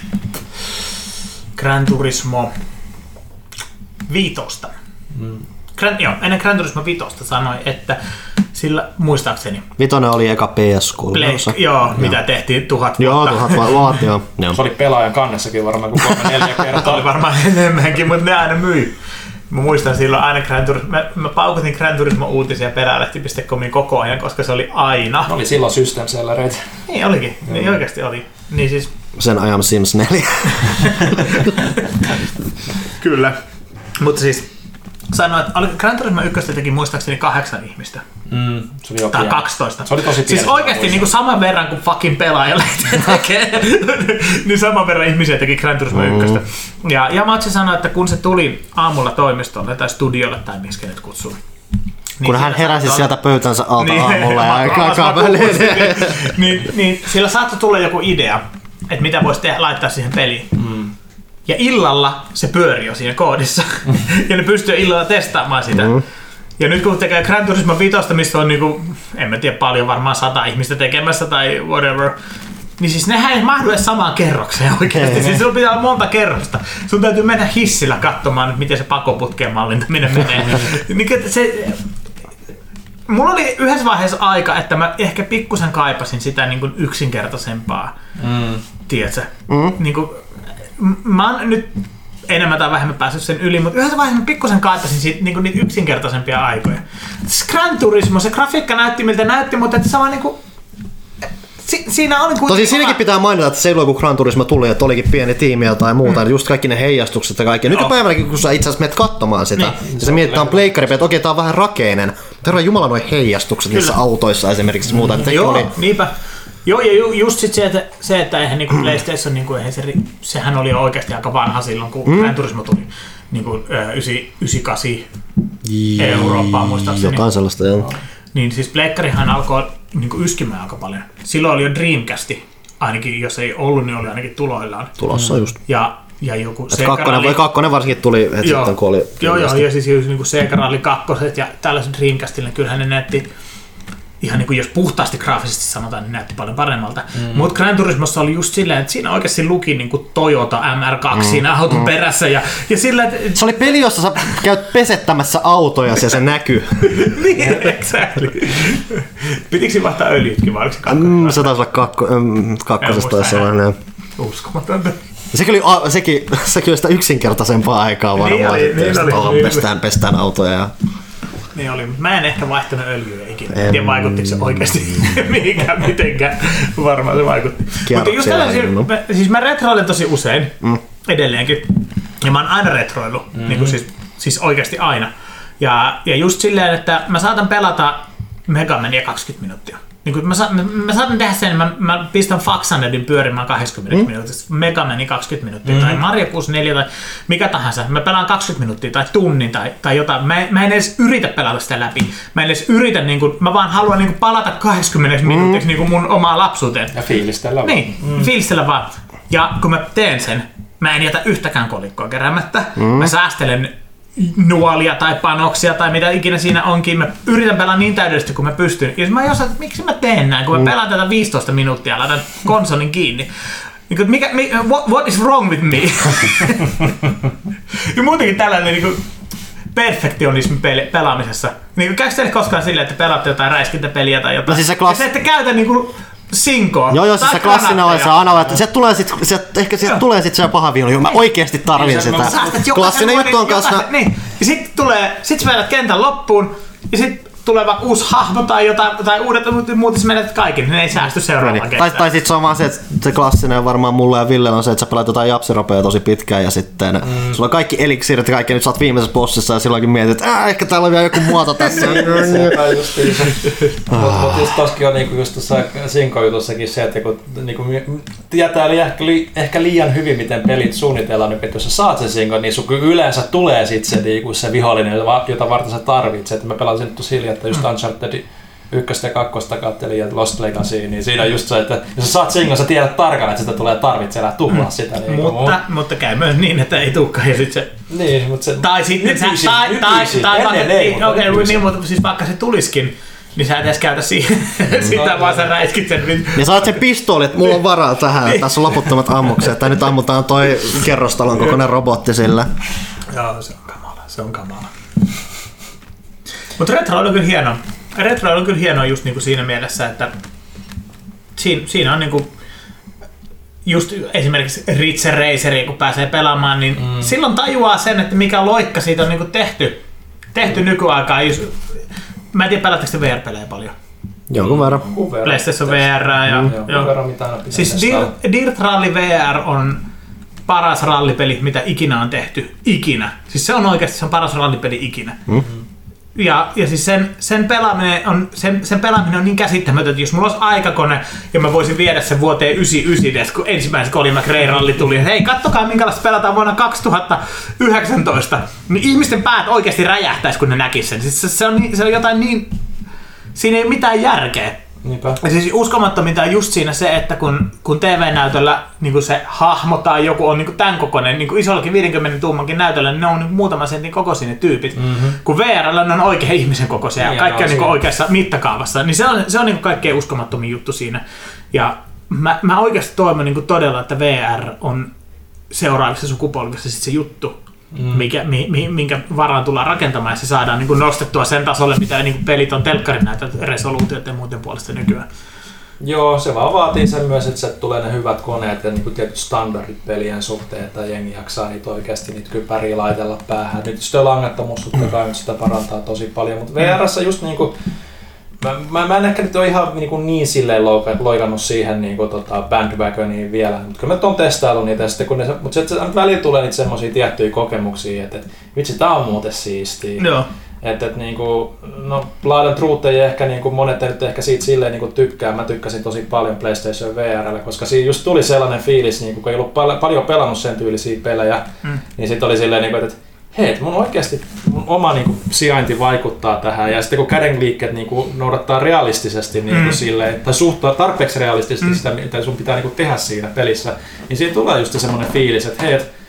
Gran Turismo viitosta. Mm. Gran, joo, ennen Gran Turismo viitosta sanoi, että sillä muistaakseni... Vitonen oli eka P S kolme. Joo, joo, mitä tehtiin tuhat vuotta. Joo, tuhat vuotta, joo. Se oli pelaajan kannessakin varmaan kuin kolme neljä kertaa. Oli varmaan enemmänkin, mutta ne aina myi. Mä muistan silloin aina Gran Turismo, mä, mä paukutin Gran Turismo-uutisia perälehti piste comin koko ajan, koska se oli aina. Oli silloin system sellereitä. Niin olikin, mm. niin oikeasti oli. Niin siis... Sen ajan Sims neljä. Kyllä. Mutta siis sanoin, että Gran Turismo yksi teki muistaakseni kahdeksan ihmistä. Mm, se oli tai kaksitoista. Se oli tosi siis oikeasti niin kuin saman verran kuin fucking pelaajalle tekee, niin saman verran ihmisiä teki Gran Turismo yksi. Mm. Ja Yamauchi sanoi, että kun se tuli aamulla toimistolle tai studiolle tai miksi nyt kutsui. Niin kun hän heräsi tuolla... sieltä pöytänsä alta niin, aamulla ja kakaa väliin. Niin, niin sillä saattoi tulla joku idea, että mitä voisi tehdä, laittaa siihen peliin. Mm. Ja illalla se pyörii jo siinä koodissa. Ja ne pystyy illalla testaamaan sitä. Mm. Ja nyt kun tekee Gran Turismo viisi, missä on niinku, en mä tiedä paljon, varmaan sata ihmistä tekemässä tai whatever, niin siis nehän ei mahdu edes samaan kerrokseen oikeasti. Siis sulla pitää olla monta kerrosta. Sun täytyy mennä hissillä katsomaan, miten se pakoputkeen mallintaminen menee. se, mulla oli yhdessä vaiheessa aika, että mä ehkä pikkusen kaipasin sitä niin kuin yksinkertaisempaa. Mm. Tiedätkö? Mm. Niin kuin, mä oon nyt enemmän tai vähemmän päässyt sen yli, mutta yhdessä vaiheessa mä pikkusen kaipasin siitä, niin kuin niitä yksinkertaisempia aikoja. Gran Turismo, se grafiikka näytti miltä näytti, mutta että sama niin kuin Si- siinä oli Tosi siinäkin pitää mainita, että silloin kun Gran Turismo tuli, että olikin pieni tiimi tai muuta, mm. just kaikki ne heijastukset ja kaikki. Nykypäivänäkin, kun sä itse asiassa menet katsomaan sitä, niin, ja sä mietit, että on pleikkari, että okei, tää on vähän rakeinen. Herra Jumala, noi heijastukset niissä autoissa esimerkiksi muuta. Mm. Joo, oli... niinpä. Joo, ja ju, just sit se, että, se, että eihän niinku PlayStation, niinku, eihän se, sehän oli oikeasti aika vanha silloin, kun mm. Gran Turismo tuli. Niinku yhdeksänkymmentäkahdeksan Eurooppaan muistaakseni. Jotain sellaista, joo. Niin siis pleikkarihan alkoi niinku yskimään aika paljon. Silloin oli jo Dreamcasti, ainakin jos ei ollut, niin oli ainakin tuloillaan. Tulossa just. Ja, ja joku kakkonen, vai kakkonen varsinkin tuli heti sitten, kun oli Joo, joo, ja siis niinku Sega Rally kakkoset ja tällaiset Dreamcastille, kyllähän ne näytti ihan niin kuin jos puhtaasti graafisesti sanotaan, niin näytti paljon paremmalta. Mm. Mutta Gran Turismossa oli just silleen, että siinä oikeasti luki niin kuin Toyota M R kaksi mm. siinä auton mm. perässä. Ja, ja sillä, että... Se oli peli, jossa sä käyt pesettämässä autoja ja se näkyy. Niin, exactly. Pitikö siinä vaihtaa öljytkin vai oliko se kakkonen? Mm, se taisi olla kakko, mm, kakkosesta tai sellainen. Uskomatonta. Sekin oli, sekin, sekin oli sitä yksinkertaisempaa aikaa varmaan. Niin oli, niin oli. Oh, pestään, pestään autoja ja... Niin oli, mutta mä en ehkä vaihtanut öljyä ikinä. En tiedä, vaikuttiko se oikeasti mihinkään mitenkään. Varmaan se vaikutti. Mutta just tällaisia, mä, siis mä retroilen tosi usein, mm. edelleenkin. Ja mä oon aina retroillut, mm-hmm. niin kuin siis, siis oikeasti aina. Ja, ja just silleen, että mä saatan pelata Mega Mania kaksikymmentä minuuttia. Niin kuin mä, sa, mä, mä saatan tehdä sen, mä, mä pistän Faxanedin pyörimään kaksikymmentä mm. minuutista, Mega Mania kaksikymmentä minuuttia, mm. tai Mario kuusikymmentäneljä tai mikä tahansa. Mä pelaan kaksikymmentä minuuttia tai tunnin tai, tai jotain. Mä, mä en edes yritä pelata sitä läpi. Mä en edes yritä, niin kuin, mä vaan haluan niin kuin palata kaksikymmentä mm. minuutiksi niin kuin mun omaa lapsuuteen. Ja fiilistellä vaan. Niin, mm. fiilistellä vaan. Ja kun mä teen sen, mä en jätä yhtäkään kolikkoa keräämättä. Mm. Mä säästelen nuolia tai panoksia tai mitä ikinä siinä onkin. Mä yritän pelaa niin täydellisesti kuin mä pystyn. Ja mä jossain, että miksi mä teen näin, kun mä pelaan tätä viisitoista minuuttia ja laitan konsolin kiinni. Niin mikä, what, what is wrong with me? Ja muutenkin tällainen niin kuin perfektionismi pelaamisessa. Niin käykö teille koskaan silleen, että pelaatte jotain räiskintäpeliä tai jotain? No siis se klass... Ja se, että käytä niin kuin sinkoa. Joo, joo, siis se klassinen on se aina, että sieltä tulee sit, sieltä, ehkä sieltä tulee sit se paha viinu, mä oikeesti tarvin niin, sitä. Klassinen juttu on kanssa. Niin, ja sit tulee, sit sä vedät kentän loppuun, ja sit tulee vaikka uusi hahmo tai jotain, tai uudet, muuten sä menetät kaikki, niin ne ei säästy seuraavaan niin. Tai, tai sit se on vaan se, että se klassinen varmaan mulla ja Ville on se, että sä pelaat jotain japsiropeja tosi pitkään ja sitten mm. sulla on kaikki eliksiirit ja kaikki, nyt sä oot viimeisessä bossissa ja silloinkin mietit, että ehkä täällä on vielä joku muoto tässä. Mutta just toskin on niinku just tuossa Sinko-jutussakin se, että kun niinku, tietää ehkä, li, ehkä liian hyvin, miten pelit suunnitellaan, niin jos sä saat sen Sinkon, niin sun yleensä tulee sit se, niinku, se vihollinen, jota varten sä tarvitset. Että mä pelasin nyt tosi hiljaa, että just Uncharted ykköstä ja kakkosta kattelin ja Lost Legacy, niin siinä on just se, että jos sä saat Singon, sä tiedät tarkkaan, että sitä tulee tarvitse, älä tuhlaa sitä. Niin mutta, mutta käy myös niin, että ei tulekaan ja sit se... Niin, mutta se... Tai sitten sä... Tai, tai, tai, tai, niin, okei, okay, niin, mutta siis vaikka se tuliskin, niin sä et edes käytä siihen, sitä vaan sä räiskit sen. Ja saat sen pistooli, että mulla on varaa tähän, tässä on loputtomat ammukset, että nyt ammutaan toi kerrostalon kokoinen robotti sillä. Joo, se on kamala, se on kamala. Mutta retro on kyllä hieno. Retro on kyllä hienoa just niinku siinä mielessä, että siinä, siinä on niinku just esimerkiksi Ridge Raceria, kun pääsee pelaamaan, niin mm. silloin tajuaa sen, että mikä loikka siitä on niinku tehty, tehty mm. nykyaikaan. Mä en tiedä, pelaatteko te V R-pelejä paljon? Jonkun verran. PlayStation V R ja... Mm. Jonkun verran mitä aina pitää siis Dirt, Dirt Rally V R on paras rallipeli, mitä ikinä on tehty. Ikinä. Siis se on oikeasti se on paras rallipeli ikinä. Mm. Ja, ja siis sen, sen, pelaaminen on, sen, sen pelaaminen on niin käsittämätöntä, että jos mulla olisi aikakone ja mä voisin viedä sen vuoteen yhdeksänkymmentäyhdeksän, kun ensimmäisen Colin McRae-ralli tuli, että hei, kattokaa minkälaista pelataan vuonna kaksituhattayhdeksäntoista, niin ihmisten päät oikeasti räjähtäisi, kun ne näkis sen. Siis se, se, on, se on jotain niin... Siinä ei ole mitään järkeä. Niinpä. Ja siis uskomattominta on just siinä se, että kun, kun T V-näytöllä niin se hahmo tai joku on niin tämän kokoinen, niin isollakin viidenkymmenen tuumankin näytöllä, niin ne on niin muutaman sentin kokoisia ne tyypit. Mm-hmm. Kun V R:llä ne on oikein ihmisen kokoisia ja niin, kaikki on niin oikeassa mittakaavassa, niin se on, se on niin kaikkein uskomattomin juttu siinä. Ja mä, mä oikeasti toivon niin todella, että V R on seuraavissa sukupolvissa sit se juttu. Mm. Mikä, mi, minkä varaan tullaan rakentamaan ja se saadaan niin kuin nostettua sen tasolle, mitä niin kuin pelit on telkkarin näitä resoluutioita ja muuten puolesta nykyään. Joo, se vaan vaatii sen myös, että se tulee ne hyvät koneet ja niin kuin tietyt standardit pelien suhteen, että jengi jaksaa niitä oikeasti niitä kypäriä laitella päähän. Nyt sitä langattomuus totta kai nyt sitä parantaa tosi paljon, mutta V R:ssä just niin kuin Mä, mä, mä en ehkä nyt ole ihan niin, kuin niin silleen loikannut siihen niin kuin, tota, bandwagoniin vielä, mutta kyllä mä oon testaillut niitä, sitten, kun ne, mutta sitten se, välillä tulee niitä semmosia tiettyjä kokemuksia, että, että vitsi, tää on muuten siistiä. Joo. Että, että niin kuin, no Blood and Truth ei ehkä, niin kuin, monet nyt ehkä siitä silleen niin kuin tykkää, mä tykkäsin tosi paljon PlayStation V R:llä, koska siinä just tuli sellainen fiilis, niin kuin, kun ei ollut pal- paljon pelannut sen tyylisiä pelejä, mm. niin sitten oli silleen, niin kuin, että hei, mun oikeasti mun oma niin kuin, sijainti vaikuttaa tähän ja sitten kun kädenliikkeet niin kuin, noudattaa realistisesti niin kuin, mm. silleen, tai suhtaa tarpeeksi realistisesti mm. sitä, mitä sun pitää niin kuin, tehdä siinä pelissä, niin siinä tulee just semmoinen fiilis, että hei, et,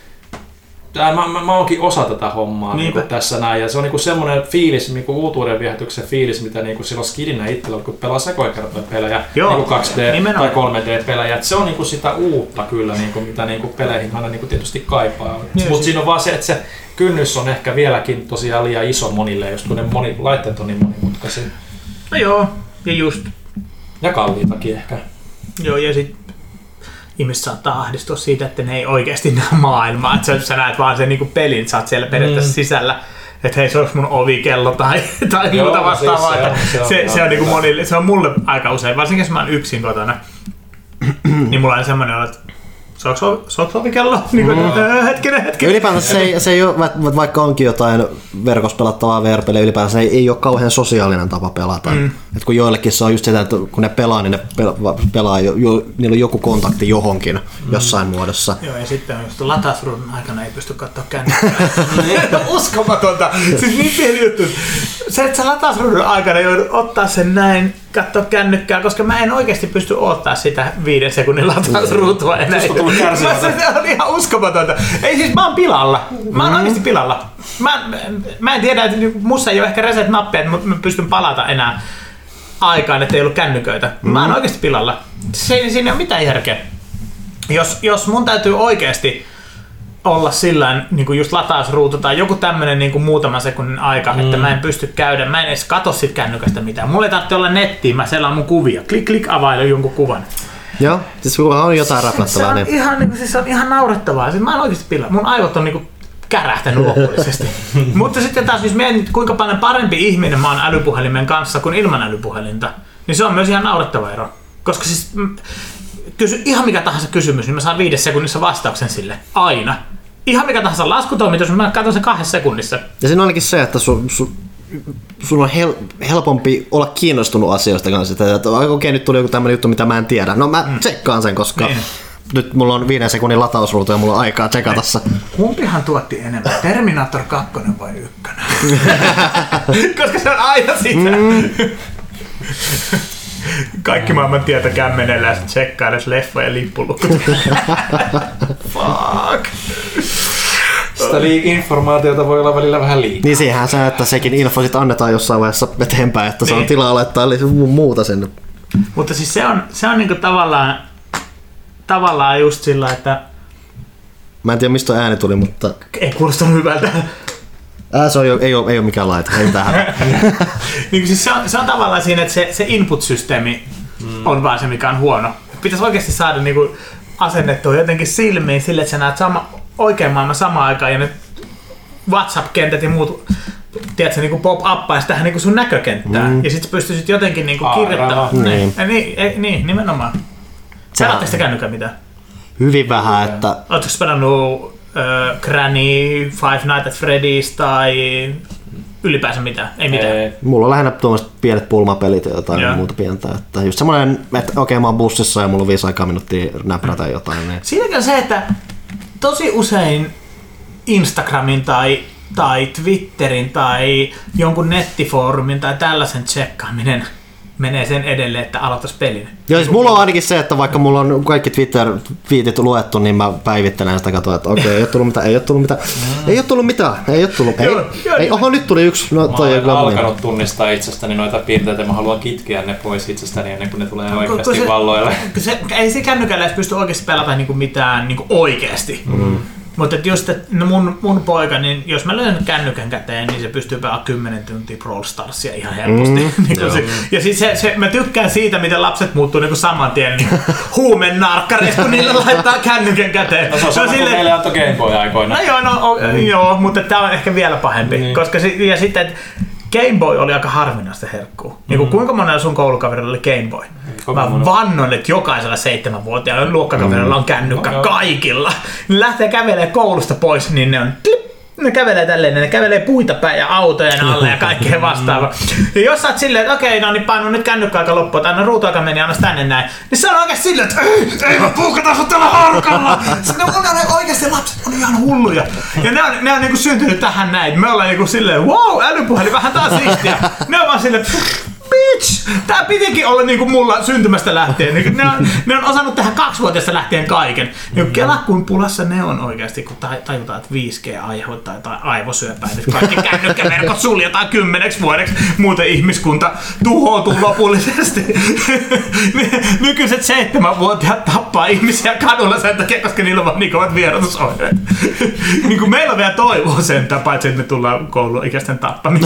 tää, mä, mä, mä oonkin osa tätä hommaa niin kuin, tässä näin ja se on niin kuin, semmoinen fiilis, niin kuin uutuuden viehätyksen fiilis, mitä niin kuin, silloin skidinä itsellä, kun pelaa sekoja kertoja pelejä, niin kuin kaksi D nimenomaan. Tai kolme D-pelejä, että se on niin kuin, sitä uutta kyllä, niin kuin, mitä niin kuin, peleihin aina niin kuin, tietysti kaipaa, mutta siis siinä on vaan se, että se kynnys on ehkä vieläkin tosiaan liian iso monille, just kun ne moni, laitteet on niin monimutkaisia. No joo, ja just. Ja kalliitakin ehkä. Joo, ja sit ihmiset saattaa ahdistua siitä, että ne ei oikeasti näe maailmaa. Että sä näet vaan sen niinku pelin, sä oot siellä periaatteessa mm. sisällä. Että hei, se olisi mun ovikello tai, tai joo, muuta vastaavaa. Siis se, on, se, on, se, on niinku monille, se on mulle aika usein, varsinkin jos mä oon yksin kotona, niin mulla on semmoinen olo, että Saatko ovikello? Niin kuin, mm. hetkinen, hetkinen. Ylipäänsä se ei, se ei ole, vaikka onkin jotain verkossa pelattavaa V R-pelejä, ylipäänsä se ei, ei ole kauhean sosiaalinen tapa pelata. Mm. Et kun joillekin se on just sitä, että kun ne pelaa, niin ne pelaa, jo, jo, niillä on joku kontakti johonkin mm. jossain muodossa. Joo, ja sitten just latausruudun aikana ei pysty katsoa kännykkää. Uskomatonta! Siis niin pieni juttu. Se, että sä latausruudun aikana joudut ottaa sen näin, katsoa kännykkää, koska mä en oikeasti pysty odottaa sitä viiden sekunnin latausruutua enää. Se on ihan uskomatonta. Ei siis, mä oon pilalla. Mä oon mm. oikeasti pilalla. Mä, mä en tiedä, että musta ei ole ehkä reset-nappia, että mä pystyn palata enää aikaan, että ei ollut kännyköitä. Mm. Mä oon oikeasti pilalla. Se, siinä ei ole mitään järkeä. Jos, jos mun täytyy oikeasti olla sillä niin kuin just latausruutu tai joku tämmönen niin kuin muutaman sekunnin aika, mm. että mä en pysty käydä, mä en edes katso sit kännykästä mitään. Mulla ei tarvitse olla nettiä, mä selaan mun kuvia. Klik, klik, availen jonkun kuvan. Joo, siis sulla on jotain raplattavaa. Se, se, on, niin. ihan, niin, siis se on ihan naurettavaa. Siis mä oon oikeesti pilla. Mun aivot on niin kärähtänyt lopullisesti. Mutta sitten taas, jos mietin, kuinka paljon parempi ihminen mä oon älypuhelimen kanssa kuin ilman älypuhelinta, niin se on myös ihan naurettava ero. Koska siis kysy, ihan mikä tahansa kysymys, niin mä saan viides sekunnissa vastauksen sille. Aina. Ihan mikä tahansa laskutoimitus, niin mä katson sen kahdessa sekunnissa. Ja siinä on ainakin se, että sun, sun, sun on hel, helpompi olla kiinnostunut asioista kanssa. Että okei, okay, nyt tuli joku tämmöinen juttu, mitä mä en tiedä. No mä mm. tsekkaan sen, koska niin. Nyt mulla on viiden sekunnin latausruutu ja mulla on aikaa tsekata se. Kumpihan tuotti enemmän, Terminator kaksi vai ykkönen? Koska se on aina sitä. Mm. Kaikki maailman tieto kämmenellä ja tsekkaa edes leffoja lippulukut. Fuck. Sitä informaatiota voi olla välillä vähän liikaa. Niin siihenhän se, että sekin info sit annetaan jossain vaiheessa eteenpäin, että niin. Se on tilaa laittaa muuta sinne. Mutta siis se on, se on niinku tavallaan, tavallaan just sillä, että... Mä en tiedä mistä ääni tuli, mutta... Ei kuulostanut hyvältä. Ää, se on, ei, ole, ei ole mikään laite, ei tähän. niin siis se, on, se on tavallaan siinä, että se, se input-systeemi mm. on vaan se, mikä on huono. Pitäisi oikeasti saada niinku asennettua jotenkin silmiin sille, että sä näet sama, oikein maailman samaan aikaan ja ne WhatsApp-kentät ja muut, tiedätkö, niinku pop-uppaisi tähän niinku sun näkökenttään. Mm. Ja sit sä pystyisit jotenkin niinku kirjoittamaan. Niin. Niin, ei, niin, nimenomaan. Pelaatteko sitä kännykää mitään? Hyvin vähän, että... Oletko pelannut Uh, Granny, Five Nights at Freddy's tai ylipäänsä mitään? Ei mitään. Ei. Mulla on lähinnä tuommoiset pienet pulmapelit ja jotain ja. muuta pientä. Että just semmoinen, että okei okay, mä oon bussissa ja mulla on viisi aikaa minuuttia näprätä jotain. Niin. Siinäkin on se, että tosi usein Instagramin tai, tai Twitterin tai jonkun nettifoorumin tai tällaisen tsekkaaminen menee sen edelleen, että aloittaisi pelin. Joo, siis mulla on ainakin se, että vaikka mulla on kaikki Twitter-viitit luettu, niin mä päivittelen sitä, katsoin, että okei, okay, ei ole tullut mitään, ei ole tullut mitään, mm. ei ole tullut mitään, ei ole tullut, ei, joo, ei, oho, nyt tuli yksi. No, mä toi olen alkanut tunnistaa itsestäni noita piirteitä ja mä haluan kitkeä ne pois itsestäni ennen kuin ne tulee oikeasti se, valloille. Se, ei se kännykällä edes pysty oikeasti pelata niinku mitään niinku oikeasti. Mm. Mutta just, että no mun, mun poika, niin jos mä löin kännykän käteen, niin se pystyy pelaamaan kymmenen tuntia Brawl Starsia ihan helposti. Mm, niin se, ja siis se, se, mä tykkään siitä, miten lapset muuttuu niin saman tien niin huumennarkkareista, kun niille laittaa kännykän käteen. No se on sama kuin meille antoi Game Boy aikoina. No joo, no, o, mm. joo, mutta tää on ehkä vielä pahempi. Mm. Koska se, ja sitten, että Game Boy oli aika harvinaista herkkuu. Mm-hmm. Niin kuinka monella sun koulukaverilla oli Game Boy? Mä vannon, että jokaisella seitsemänvuotiaalla luokkakaverilla on kännykkä mm. kaikilla. Ne lähtee kävelemään koulusta pois, niin ne on klip, ne kävelee tälleen, ne kävelee puita päin ja autojen alle ja kaikkea vastaavaa. Ja jos sä oot silleen, että okei, no niin painu nyt kännykkäaika loppuun, että anna ruutuaika meni ja anna tänne näin, niin se on oikeesti silleen, että ei, ei mä puukataan sut tällä harkalla. Sitten on oikeesti lapset on ihan hulluja. Ja ne on, ne on niinku syntynyt tähän näin. Me ollaan niinku silleen, wow, älypuhelin, vähän taas siistiä. Ne on vaan silleen, bitch! Tää pitikin olla niinku mulla syntymästä lähtien. Ne on, ne on osannut tehdä kaksivuotiaasta lähtien kaiken. Niin kela kuin pulassa ne on oikeasti, kun tajutaan, että viisi G aiheuttaa jotain aivosyöpää. Nyt kaikki kännykkäverkot suljetaan kymmeneksi vuodeksi, muuten ihmiskunta tuhoutuu lopullisesti. Nykyiset seitsemänvuotiaat tappaa ihmisiä kadulla sen takia, koska niillä on vaan niin kovat vierotusoireet. Niin kuin meillä on vielä toivoa sen, paitsi että me tullaan kouluikäisten tappamista.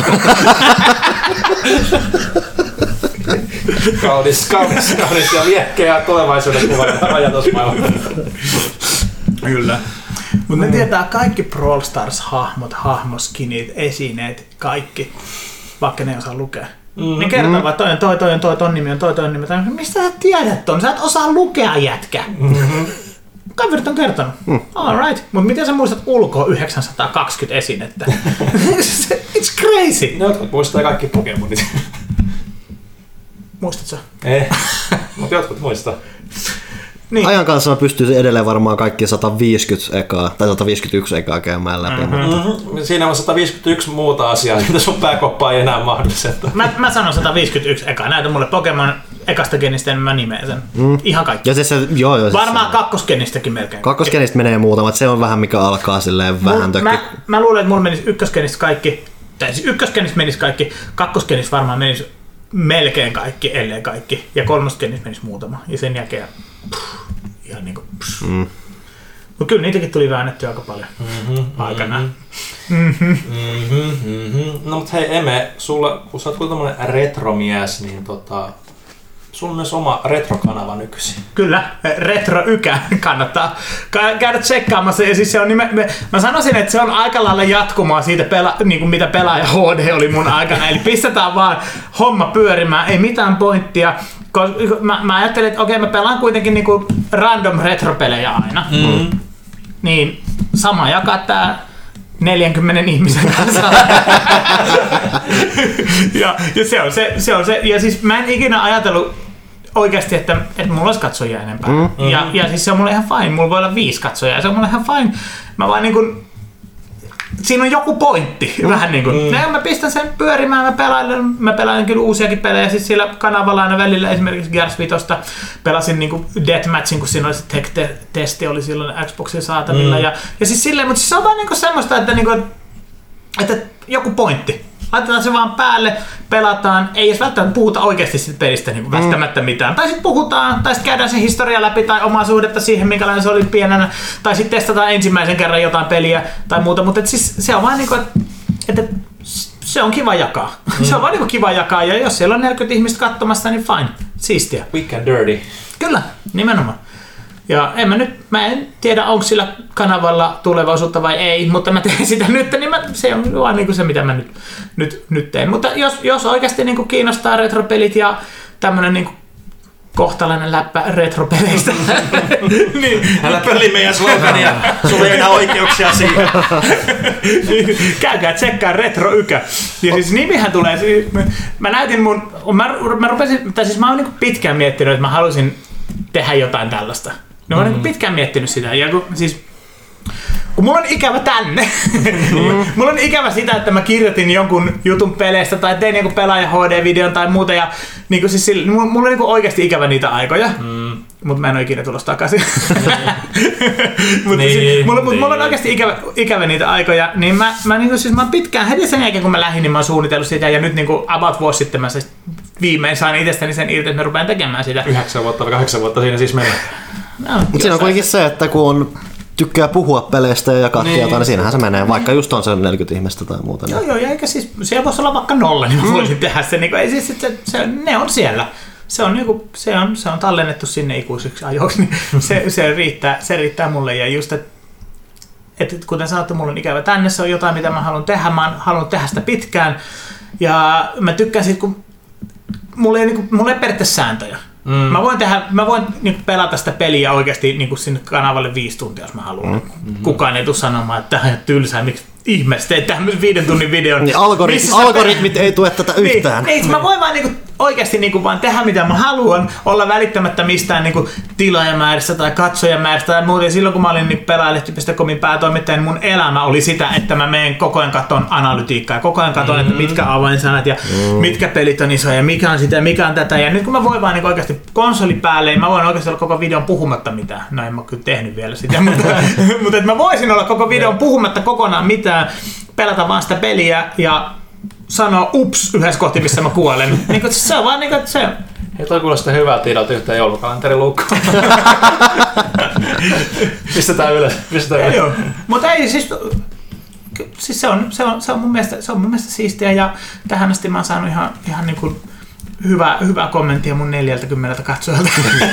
Kaunis, kaunis, kaunis ja liekkeä tulevaisuuden kuva ja ajatusmaailma. Kyllä. Mutta ne tietää kaikki Brawl Stars-hahmot, hahmoskinit, esineet, kaikki, vaikka ne ei osaa lukea. Mm-hmm. Ne kertoo vaan, toi on toi, toi on toi, ton nimi on toi, toi on nimi. Mistä sä tiedät ton? Sä et osaa lukea, jätkä. Mm-hmm. Kaverit on kertonut. Mm. All right. Mutta miten sä muistat ulkoa yhdeksänsataakaksikymmentä esinettä? It's crazy. Ne jotkut muistaa kaikki Pokemonit. Muistatko? Ei, mutta jotkut muistaa. Niin. Ajan kanssa mä pystyisin edelleen varmaan kaikki sata viisikymmentä ekaa, tai sata viisikymmentäyksi ekaa käymään läpi. Mm-hmm. Mutta... Mm-hmm. Siinä on sata viisikymmentäyksi muuta asiaa, mitä sun pääkoppaa ei enää mahdollista. Mä, mä sanon sata viisikymmentäyksi ekaa. Näytä mulle Pokemon ekasta genistä, niin mä nimeän sen. Mm. Ihan kaikki. Ja se, se, joo, joo, varmaan se, kakkosgenistäkin melkein. Kakkosgenistä menee muutamat, se on vähän mikä alkaa silleen vähän tökki. Mä, mä luulen, että mulla menisi ykkösgenistä kaikki, tai siis ykkösgenistä menisi kaikki, kakkosgenistä varmaan menisi melkein kaikki, ellei kaikki. Ja kolmosgenistä menisi muutama. Ja sen jälkeen pff, ihan niinku mm. Mutta kyllä niitäkin tuli väännettyä aika paljon mm-hmm, aikanaan. Mm-hmm. Mm-hmm, mm-hmm. No mut hei Eme, sulla, kun sä oot kuin tommonen retromies, niin tota, sulla on myös oma retrokanava nykyisin. Kyllä, Retro Ykä kannattaa käydä tsekkaamassa. Ja siis se on nime, me, mä sanoisin, että se on aika lailla jatkumaa siitä, pela, niin kuin mitä Pelaaja H D oli mun aikana. Eli pistetään vaan homma pyörimään, ei mitään pointtia. Mä, mä ajattelin, että okei, mä pelaan kuitenkin niin kuin random retropelejä aina. Mm. Niin sama jakaa tää neljänkymmenen ihmisen kanssa. ja, ja se on se, se on se. Ja siis mä en ikinä ajatellut oikeasti, että, että mulla olisi katsojia enempää. Mm-hmm. Ja, ja siis se on mulle ihan fine. Mulla voi olla viisi katsojaa ja se on mulle ihan fine. Mä vaan niin kuin, siinä on joku pointti. Mm-hmm. Vähän niin kuin, mm-hmm. mä pistän sen pyörimään, mä pelailen, mä pelailen kyllä uusiakin pelejä. Siis sillä kanavalla aina välillä esimerkiksi Gears Vitosta pelasin niin kuin Deathmatchin, kun siinä oli se tech-testi oli silloin Xboxin saatavilla. Mm-hmm. Ja, ja siis silleen, mutta siis se on vaan niin kuin semmoista, että, niin kuin, että joku pointti. Laitetaan se vaan päälle, pelataan, ei edes välttämättä puhuta oikeasti siitä pelistä niin västämättä mitään. Tai sitten puhutaan, tai sitten käydään se historia läpi tai omaa suhdetta siihen, minkälainen se oli pienenä. Tai sitten testataan ensimmäisen kerran jotain peliä tai muuta. Mutta siis se on vaan niin kuin, että se on kiva jakaa. Mm. Se on vaan niin kuin kiva jakaa ja jos siellä on neljäkymmentä ihmistä katsomassa, niin fine, siistiä. Quick and dirty. Kyllä, nimenomaan. Ja en mä nyt, mä en tiedä onko sillä kanavalla tulevaisuutta vai ei, mutta mä teen sitä nyt, niin mä, se on vaan niin kuin se mitä mä nyt, nyt, nyt teen. Mutta jos, jos oikeasti niin kuin kiinnostaa retropelit ja tämmönen niin kuin kohtalainen läppä retropeleistä, niin älä pöli meidän slogania, sulla ei enää oikeuksia siihen. Käykää tsekkaa Retro Ykä. Ja siis nimihän tulee, siis, mä näytin mun, mä, mä rupesin, tai siis mä oon niin kuin pitkään miettinyt, että mä halusin tehdä jotain tällaista. No mä oon mm-hmm. pitkään miettinyt sitä. Ja kun, siis, kun mulla on ikävä tänne. Mm. Mulla on ikävä sitä, että mä kirjoitin jonkun jutun peleistä tai tein jonkun pelaaja H D-videon tai muuta. Ja niin kuin siis sillä, mulla, mulla on niin kuin oikeasti ikävä niitä aikoja. Mm. Mutta mä en ole ikinä tulossa takaisin. Mutta niin, siis, mulla, niin. mulla on oikeasti ikävä, ikävä niitä aikoja. Niin mä, mä, niin kuin, siis, mä oon pitkään, heti sen jälkeen kun mä lähdin, niin mä oon suunnitellut sitä. Ja nyt niin kuin about vuosi sitten mä siis viimein sain itsestäni sen irti, että mä rupean tekemään sitä. Yhdeksän vuotta vai kahdeksan vuotta siinä siis meni. No, mutta siinä on kuitenkin se, että kun on tykkää puhua peleistä ja jakaa niin. tietoa, niin siinähän se menee, vaikka just on se neljäkymmentä ihmistä tai muuta. Niin. Joo, joo, ja eikä siis, siellä voisi olla vaikka nolla, niin mä voisin mm. tehdä sen. Niin ei siis, se, se, ne on siellä. Se on, niinku, se, on, se on tallennettu sinne ikuisiksi ajoiksi, niin se, se, riittää, se riittää mulle. Ja just, että et, kuten sanottu, mulla on ikävä tänne, se on jotain, mitä mä haluan tehdä. Mä oon halunnut tehdä sitä pitkään. Ja mä tykkään siitä, kun mulla ei, niinku, mulla ei periaatteessa sääntöjä. Mm. Mä voin, tehdä, mä voin niinku pelata sitä peliä oikeasti niinku sinne kanavalle viisi tuntia, jos mä haluan. Mm-hmm. Kukaan ei tule sanomaan, että tämä on tylsää, miksi ihmeessä teet tämmöisen viiden tunnin videon. Niin algorit, algoritmit pe- ei tue tätä yhtään. Niin, niin, mä voin vaan niinku oikeasti niinku vaan tehdä mitä mä haluan, olla välittämättä mistään niinku tilaajamäärästä tai katsojamäärästä tai muuta. Ja silloin kun mä olin niin pelaajalehti piste comin päätoimittaja, niin mun elämä oli sitä, että mä menen koko ajan katon analytiikkaa, koko ajan katon, mm. että mitkä avainsanat ja mm. mitkä pelit on isoja, mikä on sitä ja mikä on tätä. Ja nyt kun mä voin vaan niinku oikeasti konsoli päälle, niin mä voin oikeasti olla koko videon puhumatta mitään. No en mä kyllä tehnyt vielä sitä, mutta, mutta mä voisin olla koko videon puhumatta kokonaan mitään, pelata vaan sitä peliä ja sanoa ups yhdessä kohti, missä mä kuolen. Niin kuin, se on vaan niin kuin, se... Hei, toi kuulostaa hyvältä idolta yhteen joulukalenterilukkoon. Pistetään ylös. Pistetään ylös. Joo, mutta ei siis... Siis se on, se on, se on, mun mielestä, se on mun mielestä siistiä ja tähän asti mä oon saanut ihan, ihan niin kuin hyvää, hyvää kommenttia mun neljältäkymmeneltä katsojalta.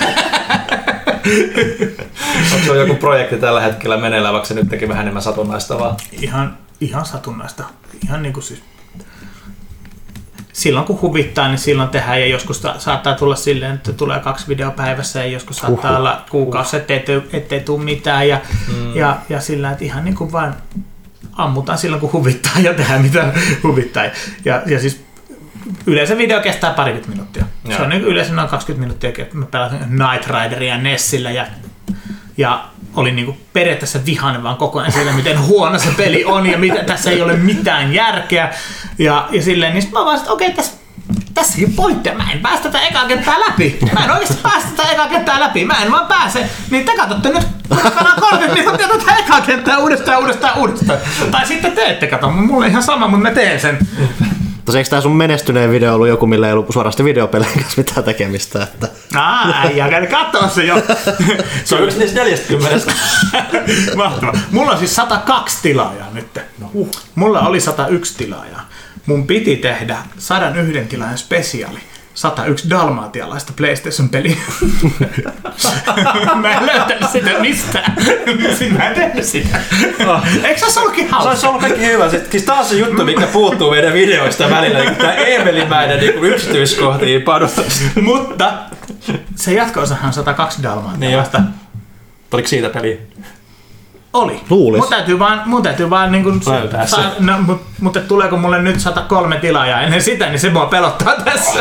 Onko se joku projekti tällä hetkellä meneillään, vaikka se nyt teki vähän enemmän satunnaista vaan? Ihan, ihan satunnaista. Ihan niin kuin siis... Silloin kun huvittaa, niin silloin tehdään ja joskus ta- saattaa tulla silleen, että tulee kaksi videopäivässä ja joskus saattaa uhuh. olla kuukausi, ettei, ettei tule mitään ja, mm. ja, ja sillä, että ihan niin kuin vaan ammutaan silloin kun huvittaa ja tehdään mitä huvittaa. Ja, ja siis yleensä video kestää parikymmentä minuuttia. Ja. Se on niin yleensä noin kaksikymmentä minuuttia, mä pelasin Knight Rideria Nessillä ja, ja olin niin kuin periaatteessa vihainen vaan koko ajan siitä, miten huono se peli on ja mitä, tässä ei ole mitään järkeä. Ja, ja silleen, niin mä vaan, että okei, okay, tässä, tässä ei ole pointtia. Mä en päästä tätä ekaa kenttää läpi. Mä en oikeasti päästä tätä ekaa kenttää läpi. Mä en vaan pääse. Niin te katsotte nyt, kun pelaa kolmekymmentä minuuttia tätä ekaa kenttää uudestaan, uudestaan, uudestaan. Tai sitten te ette katso. Mulla on ihan sama, mutta mä teen sen. Tosi eikö tää sun menestyneen video ollut joku, millä ei ollut suorasti videopelien kanssa mitään tekemistä? Että... Aa, äijä, käydä katsoa se jo. Se on yksi niistä neljäkymmentä. Mahtavaa. Mulla on siis sata kaksi tilaajaa nyt. No, uh. Mulla oli sata yksi tilaajaa. Mun piti tehdä sata yksi tilaajan spesiaali. sata yksi dalmatialaista PlayStation-peliä. Mä en löytänyt sitä mistään. Mä en tehnyt sitä. Oh. Eikö se olisi ollutkin hauska? Se olisi ollut kaikki hyvä. Siis taas se juttu, mikä puuttuu meidän videoista välillä. Niin tämä Eemelimäinen niin yksityiskohtiin padottaa. Mutta se jatko-osahan sata kaksi dalmatialaista. Niin oliko siitä peliä? Oli. Luulis. Mun täytyy vaan, mun täytyy vaan niin kuin, saa, no, mut, mutta tuleeko mulle nyt sata kolme tilaajaa ennen sitä, niin se mua pelottaa tässä.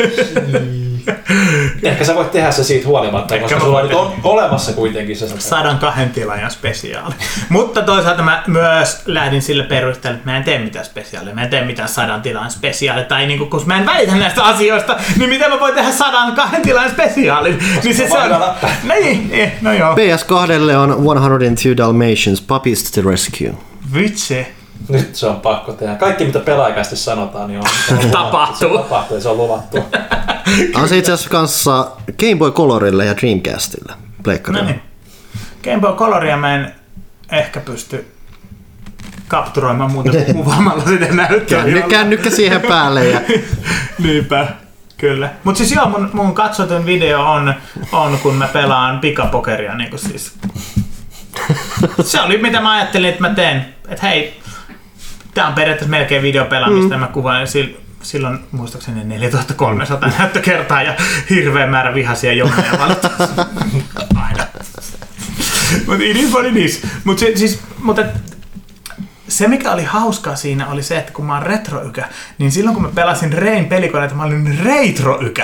Ehkä sä voit tehdä se siitä huolimatta, ehkä koska sulla nyt on olemassa kuitenkin se sata kaksi tilaajan spesiaali. Mutta toisaalta mä myös lähdin sille perusteelle, että mä en tee mitään spesiaalia. Mä en tee mitään sadan tilaajan spesiaalia. Tai niinku, kun mä en välitä näistä asioista, niin miten mä voin tehdä sadan kahden tilaajan spesiaalin? Niin se, se on... Niin, no joo. P S kahdelle on one oh two Dalmatians Puppies to the Rescue. Vitsi. Nyt se on pakko tehdä. Kaikki mitä pelaajakäisesti sanotaan, niin on, on tapahtuu. Se tapahtuu ja se on luvattu. On se itse asiassa kanssa Game Boy Colorille ja Dreamcastille. No niin. Game Boy Coloria mä en ehkä pysty kapturoimaan muuta kuin kuvaamalla sitä näyttöä. Känny, kännykkä siihen päälle. Ja... Niinpä, kyllä. Mut siis joo, mun, mun katsotun video on, on kun mä pelaan pikapokeria. Niin kuin siis. Se oli mitä mä ajattelin, että mä teen. Että hei, tää on periaatteessa melkein videopelaamista. Mm. Mä kuvaan silloin muistaakseni neljätuhatta kolmesataa näyttökertaa ja hirveä määrä vihaisia jonoja valittaa. Aina. Mutta it is what it is. Mut se, siis, mutta se mikä oli hauskaa siinä oli se, että kun mä oon retroykä, niin silloin kun mä pelasin Rein pelikoneita, mä olin reitroykä.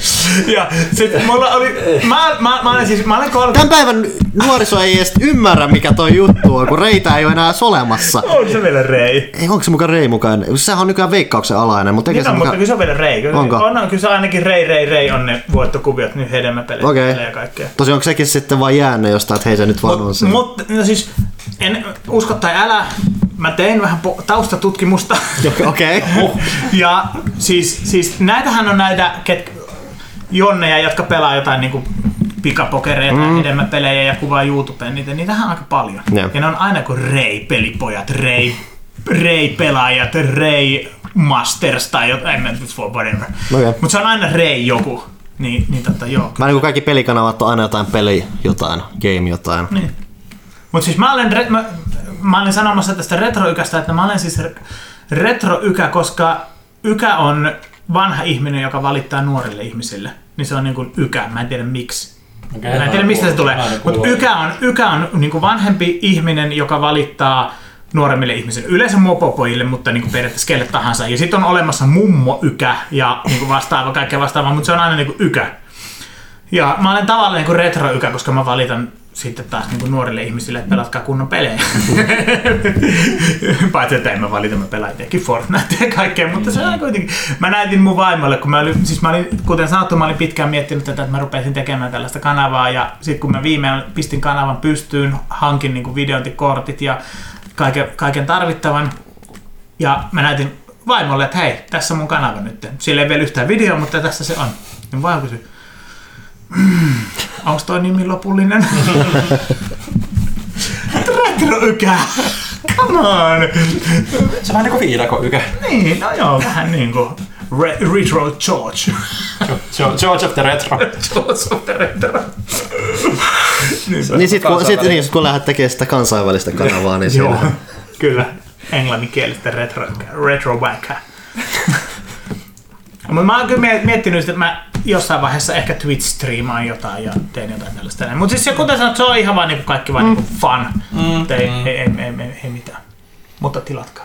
Ja sit mulla oli, mä, mä, mä olen siis, mä olen kolme... Tämän päivän nuoriso ei edes ymmärrä mikä toi juttu on, kun Reitä ei ole enää olemassa. On se vielä Rei. Ei, onko se mukaan Rei mukaan? Sehän on nykyään Veikkauksen alainen, mutta niin se on, mukaan... mutta kyllä se on vielä Rei. Kyllä, Onko? On, on, kyllä se ainakin Rei, Rei, Rei on ne voittokuviot, nyt hedelmäpelejä okay. ja kaikkea. Tosi onko sekin sitten vaan jäänne jostain, että hei se nyt vaan mut, on se? Mutta no siis, en usko tai älä, mä tein vähän po- taustatutkimusta. Okei. Okay. Ja siis, siis näitähän on näitä ket, jonneja, jotka pelaa jotain niinku pikapokereita mm. ja hedelmäpelejä ja kuvaa YouTubeen, niitä, niitähän on aika paljon. Yeah. Ja ne on aina kuin Rei-pelipojat, Rei, Rei-pelaajat, Rei Masters tai jotain, en nyt voi whatever. Okay. Mutta se on aina Rei joku. Niin, niin tota, joo. Mä niin kuin kaikki pelikanavat on aina jotain peli jotain, game jotain. Niin. Mut siis mä olen, mä, mä olen sanomassa tästä retroykästä, että mä olen siis retroykä, koska ykä on vanha ihminen, joka valittaa nuorille ihmisille. Niin se on niin kuin ykä, mä en tiedä miksi. Okay, mä en tiedä mistä se tulee. Mutta ykä on, ykä on niin kuin vanhempi ihminen, joka valittaa nuoremmille ihmisille, yleensä mopopojille, mutta niin kuin periaatteessa kelle tahansa. Ja sitten on olemassa mummo-ykä ja niin kuin vastaava, kaikkea vastaavaa, mutta se on aina niin kuin ykä. Ja mä olen tavallaan niin kuin retro-ykä, koska mä valitan sitten taas niin kuin nuorille ihmisille, että pelatkaa kunnon pelejä. Paitsi, että en mä valita, mä pelaan tietenkin Fortnite ja kaikkea, mutta se on kuitenkin. Mä näytin mun vaimolle, kun mä olin, siis mä olin, kuten sanottu, mä olin pitkään miettinyt tätä, että mä rupesin tekemään tällaista kanavaa, ja sitten kun mä viimein pistin kanavan pystyyn, hankin niin kuin videointikortit ja kaiken, kaiken tarvittavan, ja mä näytin vaimolle, että hei, tässä on mun kanava nyt. Siellä ei vielä yhtään videoa, mutta tässä se on. Ja vaimo kysyi, mm, onks toi nimi lopullinen? Retro-ykä! Come on! Se on vähän niinku viidako-ykä. Niin, no joo, vähän niinku Re- Retro George. George of the Retro. George of the Retro. niin, niin sit kun, sit, niin, sit kun lähdet tekemään sitä kansainvälistä kanavaa, niin siinä... Joo, kyllä. Englanninkielistä retro, retro-väkä. Mutta mä oon kyllä miettinyt, että mä jossain vaiheessa ehkä Twitch-striimaan jotain ja teen jotain tällaista. Mutta siis kuten sanot, se on ihan vaan niinku kaikki vaan mm. niinku fun. Mm. Ei, mm. Ei, ei, ei, ei, ei mitään. Mutta tilatkaa.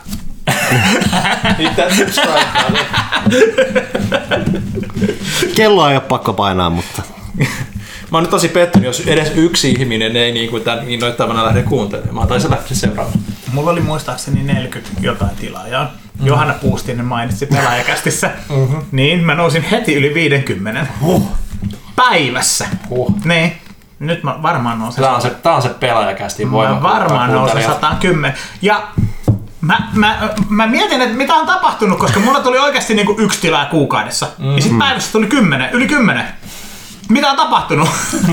Kelloa ei ole pakko painaa, mutta... Mä oon nyt tosi pettynyt, jos edes yksi ihminen ei niinku tän innoittamana lähde kuuntelemaan, tai se lähtisi seuraavaksi. Mulla oli muistaakseni neljäkymmentä jotain tilaajaa. Mm. Johanna Puustinen mainitsi Pelaajakästissä. Mm-hmm. Niin, mä nousin heti yli viisikymmentä. Huh. Päivässä. Huh. Niin. Nyt mä varmaan nousin. Tää on se, tää on se Pelaajakästin voima. Mä varmaan nousin sata kymmenen. Ja mä, mä, mä mietin, että mitä on tapahtunut, koska mulla tuli oikeasti niinku yksi tilaa kuukaudessa. Mm-hmm. Ja sit päivässä tuli kymmenen, yli kymmenen. Mitä on tapahtunut?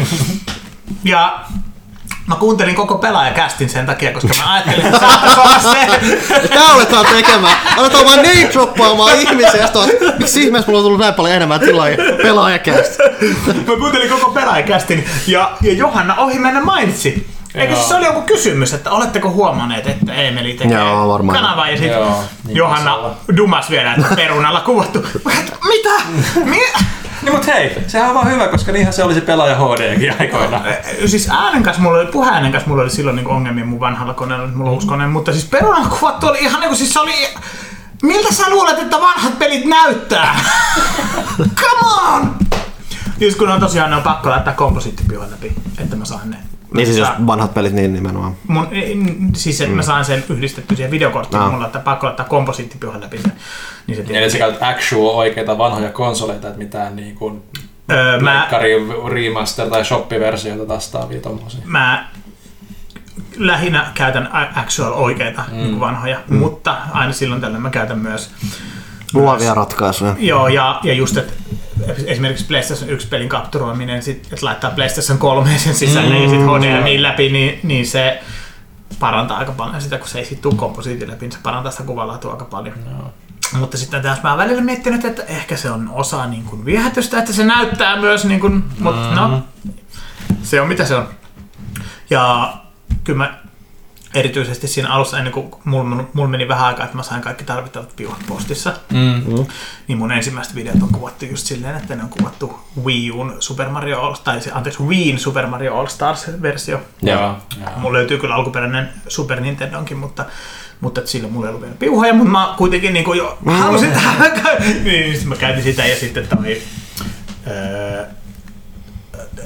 Ja mä kuuntelin koko Pelaajakästin sen takia, koska mä ajattelin, että saattaisi olla se. Tää aletaan tekemään. Aletaan vaan name-droppaamaan ihmisiä ja sitten miksi ihmeessä mulla on tullut näin paljon enemmän tilaa Pelaajakäst? Mä kuuntelin koko Pelaajakästin ja, ja Johanna ohimennen mainitsi. Eikö se oli joku kysymys, että oletteko huomanneet, että Eemeli tekee Joo, kanavaa ja sitten niin Johanna dumas vielä, että perunalla kuvattu. Mitä? Mitä? Niin mut hei, sehän on vaan hyvä, koska niinhän se oli se Pelaaja H D:kin aikoina. Siis äänen kanssa mulla oli, puheäänen kanssa mulla oli silloin niinku ongelmia mun vanhalla koneella, mulla on uusi kone, mutta siis perunan kuvattu oli ihan niinku, siis se oli... Miltä sä luulet, että vanhat pelit näyttää? Come on! Siis kun on tosiaan, ne on pakko laittaa komposiittipiuhan läpi, että mä saan ne. Niin siis jos vanhat pelit niin nimenomaan. Mun, siis että mm. mä saan sen yhdistetty siihen videokorttiin, no. Mulla on pakko laittaa komposiittipiuhan läpi. Niin se eli sä käytät actual oikeita vanhoja konsoleita, että mitään niin kuin öö, mä, remaster- tai shoppiversioita vastaavia tommosia. Mä lähinnä käytän actual oikeita mm. niin vanhoja, mm. mutta aina silloin tällöin mä käytän myös luovia ratkaisuja. Joo, ja, ja just, että esimerkiksi PlayStation yksi pelin kapturoiminen, sit, että laittaa PlayStation kolme sen sisälle mm, ja sitten H D M I läpi, niin, niin se parantaa aika paljon sitä, kun se ei sitten tule komposiitin läpi, niin se parantaa sitä kuvanlaatua aika paljon. No. Mutta sitten taas mä oon välillä miettinyt, että ehkä se on osa niin kuin viehätystä, että se näyttää myös, niin kuin, mutta mm. no, se on mitä se on. Ja kyllä mä erityisesti siinä alussa, ennen kuin mulla, mulla meni vähän aikaa, että mä sain kaikki tarvittavat piuhat postissa, mm. niin mun ensimmäiset videot on kuvattu just silleen, että ne on kuvattu Wii U:n Super Mario All, tai se, anteeksi, Wiiin Super Mario All Stars-versio. Joo. Mulla löytyy kyllä alkuperäinen Super Nintendonkin, mutta, mutta sillä mulla ei ollut vielä piuhoja, mutta mä kuitenkin niin kuin jo halusin tähän. Niin sitten mä käytin sitä ja sitten toi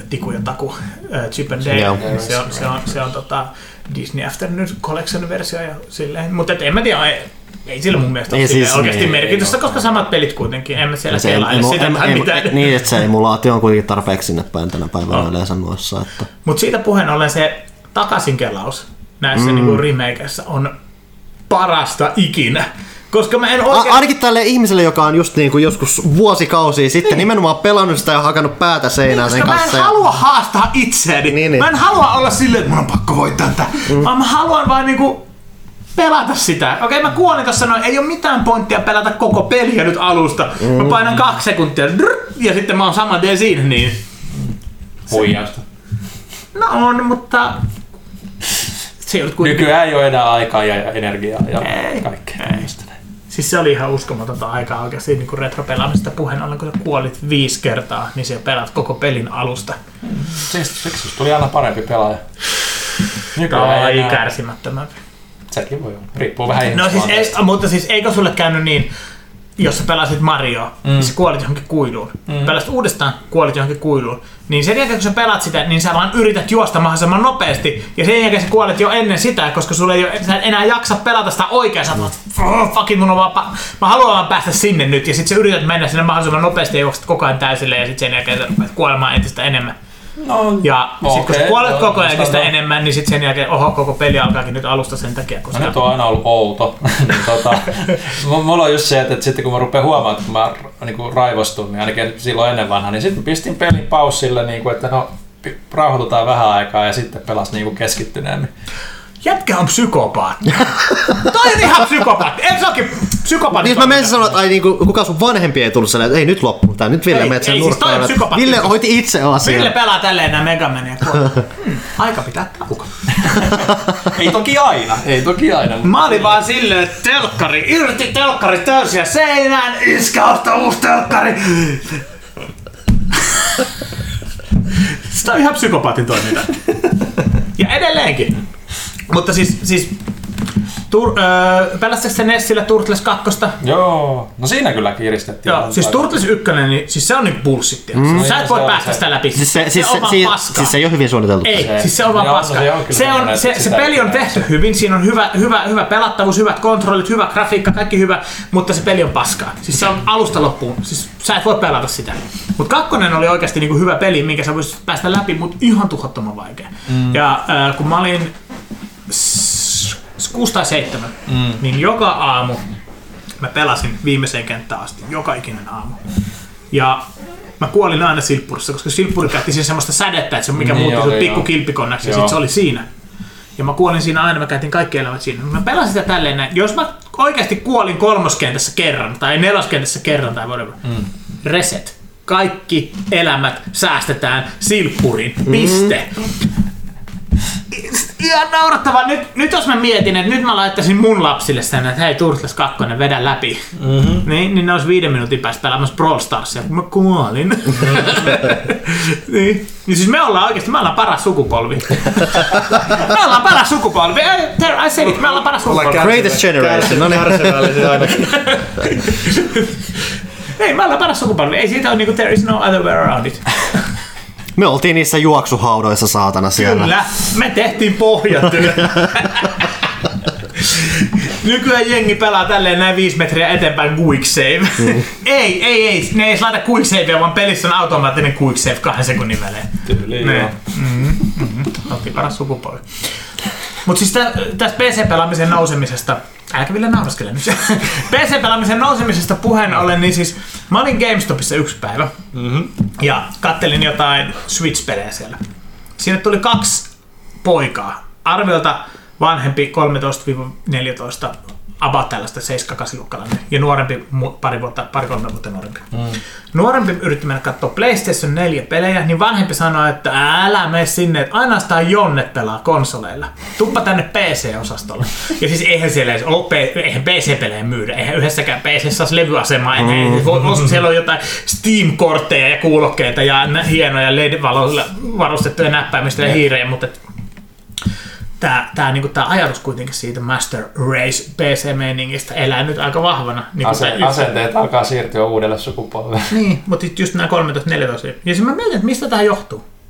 Tiku ja Taku, äh, Chip and Dale. Joo. Se on, se on, se on tota Disney Afternoon Collection-versio ja silleen. Mutta en mä tiedä, ei, ei sillä mun mielestä ole siis, oikeasti ei, merkitystä, ei, koska samat pelit kuitenkin, en mä siellä pelaile sitä en, tai en, mitään. Niin, että se emulaatio on kuitenkin tarpeeksi sinne päin tänä päivänä no. yleensä noissa. Että... Mutta siitä puheen ollen se takaisinkelaus näissä mm. niinku remakeissa on parasta ikinä. Koska mä en oikein... A- ainakin tälle ihmiselle, joka on just niin kuin joskus vuosikausia sitten niin. nimenomaan pelannut sitä ja hakannut päätä seinään niin, sen kanssa. Mä en ja... halua haastaa itseäni. Niin, niin. Mä en halua olla silleen, että mun on pakko voittaa tätä. Mm. Vaan mä haluan vaan niinku pelata sitä. Okei, mä kuolin tossa noin. Ei oo mitään pointtia pelata koko peliä nyt alusta. Mm. Mä painan kaksi sekuntia ja sitten mä oon saman tien siinä. Niin... Huijausta. No on, mutta... Nykyään ei ole enää aikaa ja energiaa ja ei, kaikkea. Ei. Siis se oli ihan uskomatonta aikaa oikeasti niin kuin retropelaamista puheen ollen, kun sä kuolit viisi kertaa, niin sä pelaat koko pelin alusta. Hmm. Siksi tuli aina parempi pelaaja. Nykyään ei enää... kärsimättömämpi. Sekin voi olla. Riippuu vähän no siis ei, mutta siis eikö sulle käynyt niin, jos sä pelasit Marioa, mm. niin sä kuolit johonkin kuiluun. Mm. Pelasit uudestaan, kuolit johonkin kuiluun. Niin sen jälkeen, kun sä pelaat sitä, niin sä vaan yrität juosta mahdollisimman nopeasti. Ja sen jälkeen sä kuolet jo ennen sitä, koska sulle ei ole, sä et enää jaksa pelata sitä oikein. Sä oot, oh, fucking, mun on vaan, pa- mä haluan vaan päästä sinne nyt. Ja sit sä yrität mennä sinne mahdollisimman nopeasti ja juokset koko ajan täysille. Ja sit sen jälkeen sä rupeat kuolemaan entistä enemmän. No, ja okay, sit kun sä kuolet no, koko ajan entistä enemmän, niin sit sen jälkeen, oho, koko peli alkaakin nyt alusta sen takia. Koska... No nyt on aina ollut outo. tota, mulla on just se, että, että sitten kun mä rupean huomaamaan, että mä niin raivostun, niin ainakin silloin ennen vanha, niin sitten pistin pelin paussille, niin kuin, että no rauhoitutaan vähän aikaa ja sitten pelas niin keskittyneemmin. Jätkä on psykopaatti. Toi on ihan psykopaatti. Eikö se olekin psykopaatti? Niin mä menisin sanoa, että ai, niin kuin, kuka sun vanhempi ei tullut sellainen, että ei nyt loppu tää. Nyt Ville menet sen nurkkaan. Siis Ville hoiti itse asian. Ville pelaa tälleen nää Megamania. Hmm, aika pitää tauko. Ei toki aina. Ei toki aina. Mä olin vaan silleen, että telkkari, irti telkkari täysiä seinään, iskausta uusi telkkari. Sitä on ihan psykopaatin toiminta. Ja edelleenkin. Mutta siis, siis tur, öö, pelasitko se Nessillä Turtles kaksi? Joo, no siinä kyllä kiristettiin. Joo, siis Turtles yksi, niin siis se on niinku bullshittia. Mm. Sä et voi päästä sitä läpi. Siis se, se, siis se on se, vaan paskaa. Siis se ei ole hyvin suunniteltu. Ei, se, siis se on vaan joo, paskaa. Se, on se, on, se, se peli on tehty hyvin, siinä on hyvä, hyvä, hyvä pelattavuus, hyvät kontrollit, hyvä grafiikka, kaikki hyvä, mutta se peli on paskaa. Siis se on alusta loppuun, siis sä et voi pelata sitä. Mut kakkonen oli oikeasti niinku hyvä peli, minkä sä voisit päästä läpi, mut ihan tuhottoman vaikea. Mm. Ja äh, kun mä olin kuusi tai seitsemän, mm. niin joka aamu mä pelasin viimeiseen kenttään asti, joka ikinen aamu. Ja mä kuolin aina silppurissa, koska silppuri käytti siinä semmoista sädettä, että se mikä niin muutti sut pikku kilppikonnaksi ja sit se oli siinä. Ja mä kuolin siinä aina, mä käytin kaikki elämät siinä. Mä pelasin sitä tälleen näin. Jos mä oikeasti kuolin kolmoskentässä kerran tai neloskentässä kerran tai whatever, mm. reset. Kaikki elämät säästetään silppuriin. Piste. Mm. Ihan naurattavaa. Nyt, nyt jos mä mietin, että nyt mä laittaisin mun lapsille sen, että hei Turtles kaksi, vedä läpi. Mm-hmm. Niin, niin ne olisi viiden minuutin päästä pelaamassa Brawl Starsia, kun mä kuolin. Mm-hmm. niin. niin siis me ollaan oikeesti, me ollaan paras sukupolvi. me ollaan paras sukupolvi. I, I said it, me ollaan paras sukupolvi. Greatest generation. No niin. Ei, me ollaan paras sukupolvi. Ei siitä ole niinku, there is no other way around it. Me oltiin niissä juoksuhaudoissa saatana siellä. Kyllä, me tehtiin pohjatyö. Nykyään jengi pelaa tälleen näin viisi metriä eteenpäin quick save. Mm. ei, ei, ei. Ne ei laita quick savea, vaan pelissä on automaattinen quick save kahden sekunnin välein. Tyyliin, joo. Mm-hmm. Mm-hmm. Oltiin paras sukupolvi. Mut siis tä, tästä P C-pelaamisen nousemisesta, älkää Ville nauraskele nyt. P C-pelaamisen nousemisesta puheen ollen, niin siis mä olin GameStopissa yksi päivä mm-hmm. ja kattelin jotain Switch-pelejä siellä. Sinne tuli kaksi poikaa, arviolta vanhempi kolmetoista neljätoista, about tällaista seitsemän kahdeksan luokkalainen ja nuorempi pari vuotta, pari kolme vuotta nuorempi. Mm. Nuorempi yritti mennä katsoa PlayStation neljä pelejä, niin vanhempi sanoi, että älä mene sinne, että ainoastaan Jonne pelaa konsoleilla. Tuppa tänne P C-osastolle. Ja siis eihän siellä edes ole, eihän P C-pelejä myydä, eihän yhdessäkään P C:ssä ole levyasemaa, mm. eihän, siellä on jotain Steam-kortteja ja kuulokkeita ja hienoja L E D-valoilla varustettuja näppäimistä ja hiirejä, mutta Tää, tää, niinku, tää ajatus kuitenkin siitä Master Race P C-meiningistä elää nyt aika vahvana. Niinku Ase- yksi... Asenteet alkaa siirtyä uudelle sukupolvelle. Niin, mutta just nämä kolmetoista neljätoista. Ja siis mä mietin, että mistä tää johtuu.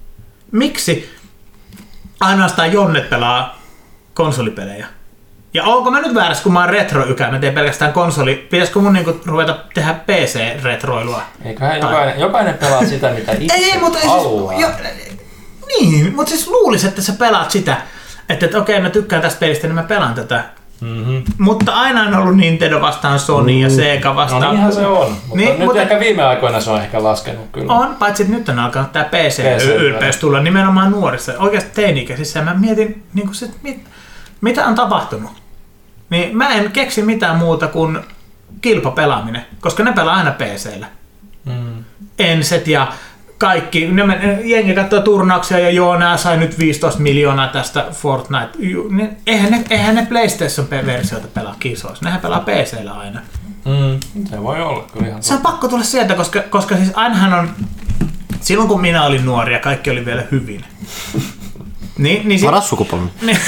miksi ainoastaan Jonnet pelaa konsolipelejä? Ja onko mä nyt väärässä, kun mä oon retro-ykä, mä teen pelkästään konsoli, pitäisikö mun niinku ruveta tehdä P C-retroilua? Eiköhän jokainen, jokainen pelaa sitä, mitä itse Ei, mutta haluaa. Siis, jo, niin, mutta siis luulis, että sä pelaat sitä, että, että okei, mä tykkään tästä pelistä, niin mä pelaan tätä. Mm-hmm. Mutta aina on ollut Nintendo vastaan Sony mm. ja Sega vastaan. No niinhän se on, mutta niin, nyt mutta ehkä viime aikoina se on ehkä laskenut kyllä. On, paitsi että nyt on alkanut tää P C-ylpeys tulla nimenomaan nuorissa, oikeasti teini-ikäisissä. Ja mä mietin, niin se, mit, mitä on tapahtunut. Niin mä en keksi mitään muuta kuin kilpapelaaminen, koska ne pelaa aina P C:llä. Mm. Enset ja kaikki, ne, jengi katsoo turnauksia ja joo, nää sai nyt viisitoista miljoonaa tästä Fortnite. Eihän ne, eihän ne PlayStation-versioita pelaa kisoissa, nehän pelaa P C:llä aina. Mm. Se voi olla kyllä ihan Se on pakko tulla sieltä, koska, koska siis ainahan on, silloin kun minä olin nuori ja kaikki oli vielä hyvin. Niin, niin Paras sukupolvi. Niin,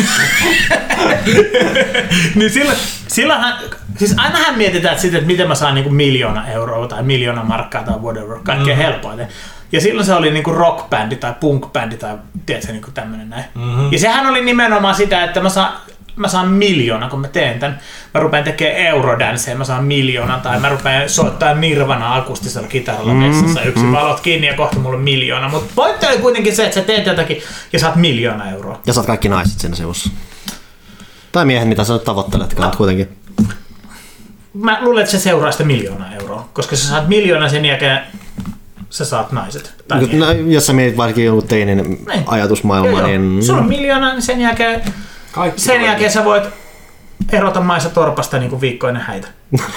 niin silloin, silloinhan, siis ainahan mietitään sitä, että miten mä saan niinku miljoona euroa tai miljoona markkaa tai whatever, kaikkein mm-hmm. helpoiten. Ja silloin se oli niinku rockbändi tai punkbändi tai tiedätkö, niinku tämmönen näin. Mm-hmm. Ja sehän oli nimenomaan sitä, että mä saan, mä saan miljoona, kun mä teen tän. Mä rupean tekemään eurodancea, mä saan miljoona, tai mä rupean soittaa Nirvana akustisella kitaralla messassa, yksi mm-hmm. valot kiinni ja kohta mulla on miljoona. Mutta pointti oli kuitenkin se, että sä teet jotakin ja saat miljoona euroa. Ja saat kaikki naiset siinä sivussa. Tai miehet, mitä sä nyt tavoitteletkaan no. kuitenkin. Mä luulen, että se seuraa sitä miljoonaa euroa, koska sä saat miljoona sen jälkeen sä saat naiset. Tai no, jos sä mietit varsinkin jonkun teinin niin. ajatusmaailma, joo, niin... Joo. Sulla on miljoona, niin sen jälkeen, sen jälkeen sä voit erota Maisa Torpasta niin kuin viikko ennen häitä.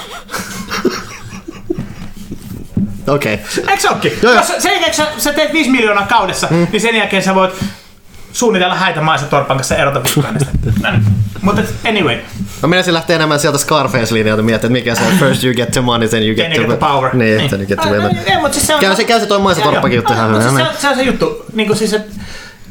Okei. Okay. Eikö se ookin? Jos sen jälkeen sä, sä teet viisi miljoonaa kaudessa, mm. niin sen jälkeen sä voit suunnitella häitä Maisa Torpan kanssa erota viikko ennen sitä. Mutta anyway. Mä menisin lähteä enemmän sieltä Scarface-linjalta miettiä, että mikä se on first you get the money, then you get, then you get the power. Niin, niin. Then you get the women. Siis käy se, käy se toi Maisa Torppakin juttu ihan hyvä. Se, se on se juttu. Niin kuin siis, että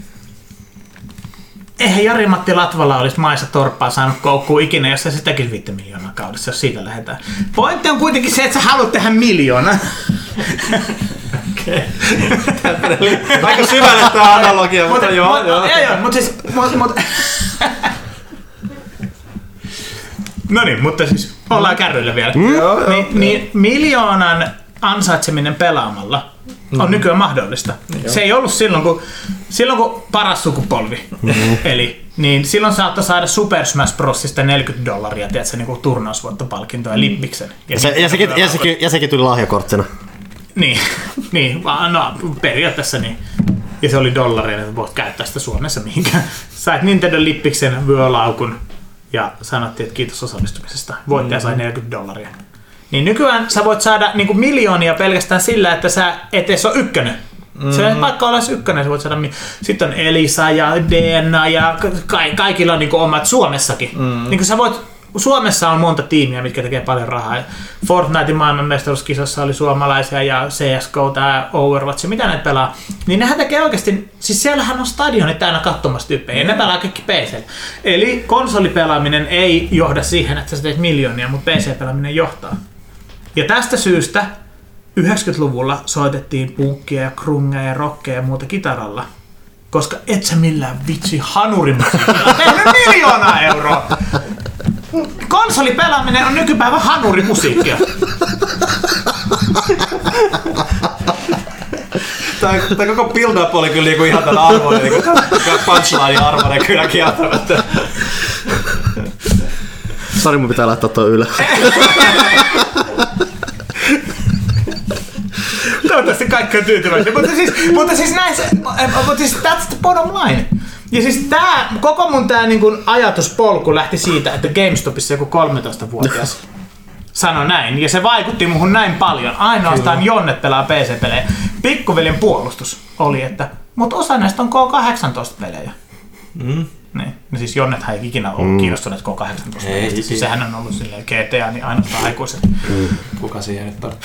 eihän Jari-Matti Latvala olisi Maisa Torppaa saanut koukkuu ikinä, jos se tekisi viittä miljoonaa kaudessa, jos siitä lähdetään. Pointti on kuitenkin se, että sä haluat tehdä miljoona. Okei. Aika syvälle tää analogia, mutta joo. Joo, joo, mutta siis... No niin, mutta siis ollaan kärryillä vielä. Mm, joo, joo, niin, niin miljoonan ansaitseminen pelaamalla on mm. nykyään mahdollista. Mm. Se ei ollut silloin, kun, silloin, kun paras sukupolvi mm. eli, niin silloin saattoi saada Super Smash Brosista neljäkymmentä dollaria, tiedätkö, niin kuin turnausvoittopalkintoa ja lippiksen. Ja, se, ja, sekin, ja, sekin, ja sekin tuli lahjakorttina. Niin, niin no, periaatteessa niin. Ja se oli dollaria, että voit käyttää sitä Suomessa mihinkään. Sait Nintendo lippiksen vyölaukun ja sanottiin, että kiitos osallistumisesta. Voittaja sai neljäkymmentä dollaria. Niin nykyään sä voit saada niinku miljoonia pelkästään sillä, että sä et edes ole ykkönen. Mm-hmm. Se ei vaikka olla ykkönen, sä voit saada... Sitten on Elisa ja D N A ja ka- kaikilla on niinku omat Suomessakin. Mm-hmm. Niin sä voit... Suomessa on monta tiimiä, mitkä tekee paljon rahaa. Fortnitein maailmanmestaruuskisassa oli suomalaisia ja C S G O, tää Overwatch, mitä ne pelaa. Niin nehän tekee oikeasti, siis siellähän on stadionit täynnä katsomassa tyyppejä ja ne pelaa kaikki P C. Eli konsolipelaaminen ei johda siihen, että sä teet miljoonia, mutta P C-pelaaminen johtaa. Ja tästä syystä yhdeksänkymmentäluvulla soitettiin punkkia ja krungia ja rockia ja muuta kitaralla. Koska et sä millään vitsi hanurimusiikilla tehnyt miljoonaa euroa! Konsolipelaaminen on nykypäivän hanurimusiikkia. Tämä koko build-up oli kyllä niinku ihan tämän arvoinen, niinku punchline-arvoinen kyllä kieltämättä. Sari, mun pitää laittaa toi ylös. Toivottavasti kaikki on tyytyväisiä. Mutta siis, mutta siis näin se, mutta siis that's the bottom line. Ja siis tää, koko mun tää niin kun ajatuspolku lähti siitä, että GameStopissa joku kolmetoistavuotias sanoi näin. Ja se vaikutti muhun näin paljon. Ainoastaan Kyllä. Jonnet pelaa P C-pelejä. Pikkuveljen puolustus oli, että mut osa näistä on K kahdeksantoista-pelejä. Mm. Niin. No siis Jonnethan ei ikinä ollut mm. kiinnostuneet K kahdeksantoista-pelejä. Siis sehän on ollut silleen G T A, niin ainoastaan aikuiset. Mm. Kuka siihen nyt tarttuu?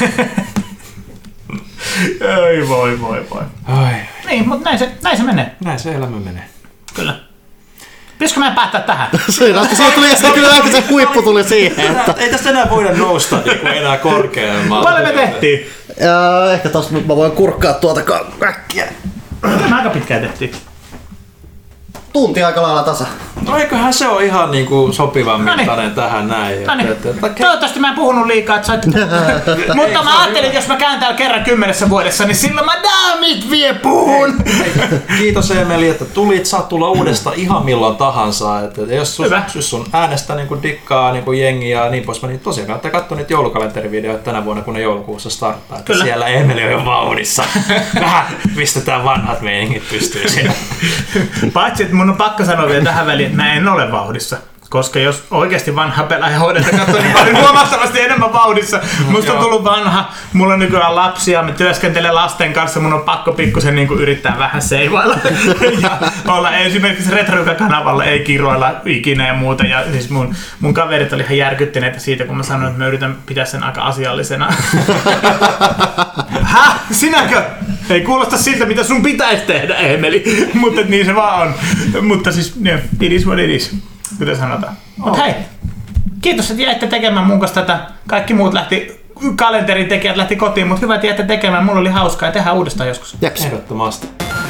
Ei voi, voi, voi. Ai. Niin, mutta näin se, näin se menee. Näin se elämä menee. Kyllä. Pitäisikö meidän päättää tähän? Siitä tuli se kyllä aika se huippu tuli siihen. Että... Ei tästä enää voida nousta niin enää korkeammalle. Paljon me tehtiin? Ja ehkä taas mä voin kurkkaa tuota äkkiä. Me aika pitkään tehtiin. Tunti aika lailla tasa. No eiköhän se ole ihan niinku sopivan mittainen Noniin. tähän näin. Noniin. Et- et- et- Toivottavasti mä en puhunut liikaa, että sait... Mutta mä ajattelin, että jos mä käyn täällä kerran kymmenessä vuodessa, niin silloin mä daamit vie puhun. Kiitos Emeli, että tulit. Saat tulla uudestaan ihan milloin tahansa. Et, et jos, sus, Hyvä. jos sun äänestä niinku dikkaa niinku jengiä ja niin poispäin, niin tosiaan kannattaa katsoa niitä joulukalenterivideoita tänä vuonna, kun ne joulukuussa starttaa. Että Kyllä. siellä Emeli on jo vauhdissa. Vähän pistetään vanhat meiningit pystyyn siellä. Paitsi, että mun on pakko sanoa vielä tähän väliin, että mä en ole vauhdissa. Koska jos oikeasti vanha pelaaja hoidetta katsoo, niin mä olin huomattavasti enemmän vauhdissa. Musta on tullut vanha, mulla on nykyään lapsia, mä työskentelen lasten kanssa, mun on pakko pikkusen niin yrittää vähän seivailla. Ja olla esimerkiksi Retroika-kanavalla, ei kiroilla ikinä ja muuta. Ja siis mun, mun kaverit oli ihan järkyttyneitä siitä, kun mä sanoin, että mä yritän pitää sen aika asiallisena. Häh? Sinäkö? Ei kuulosta siltä, mitä sun pitäisi tehdä, Emeli. Mutta niin se vaan on. Mutta siis, yeah, it is what it is. Kuten sanotaan. Mut hei, kiitos, että jäitte tekemään mun kanssa tätä. Kaikki muut lähti, kalenterin tekijät lähti kotiin, mutta hyvä, että jäitte tekemään. Mulla oli hauskaa ja tehdään uudestaan joskus. Jeps. Ehdottomasti.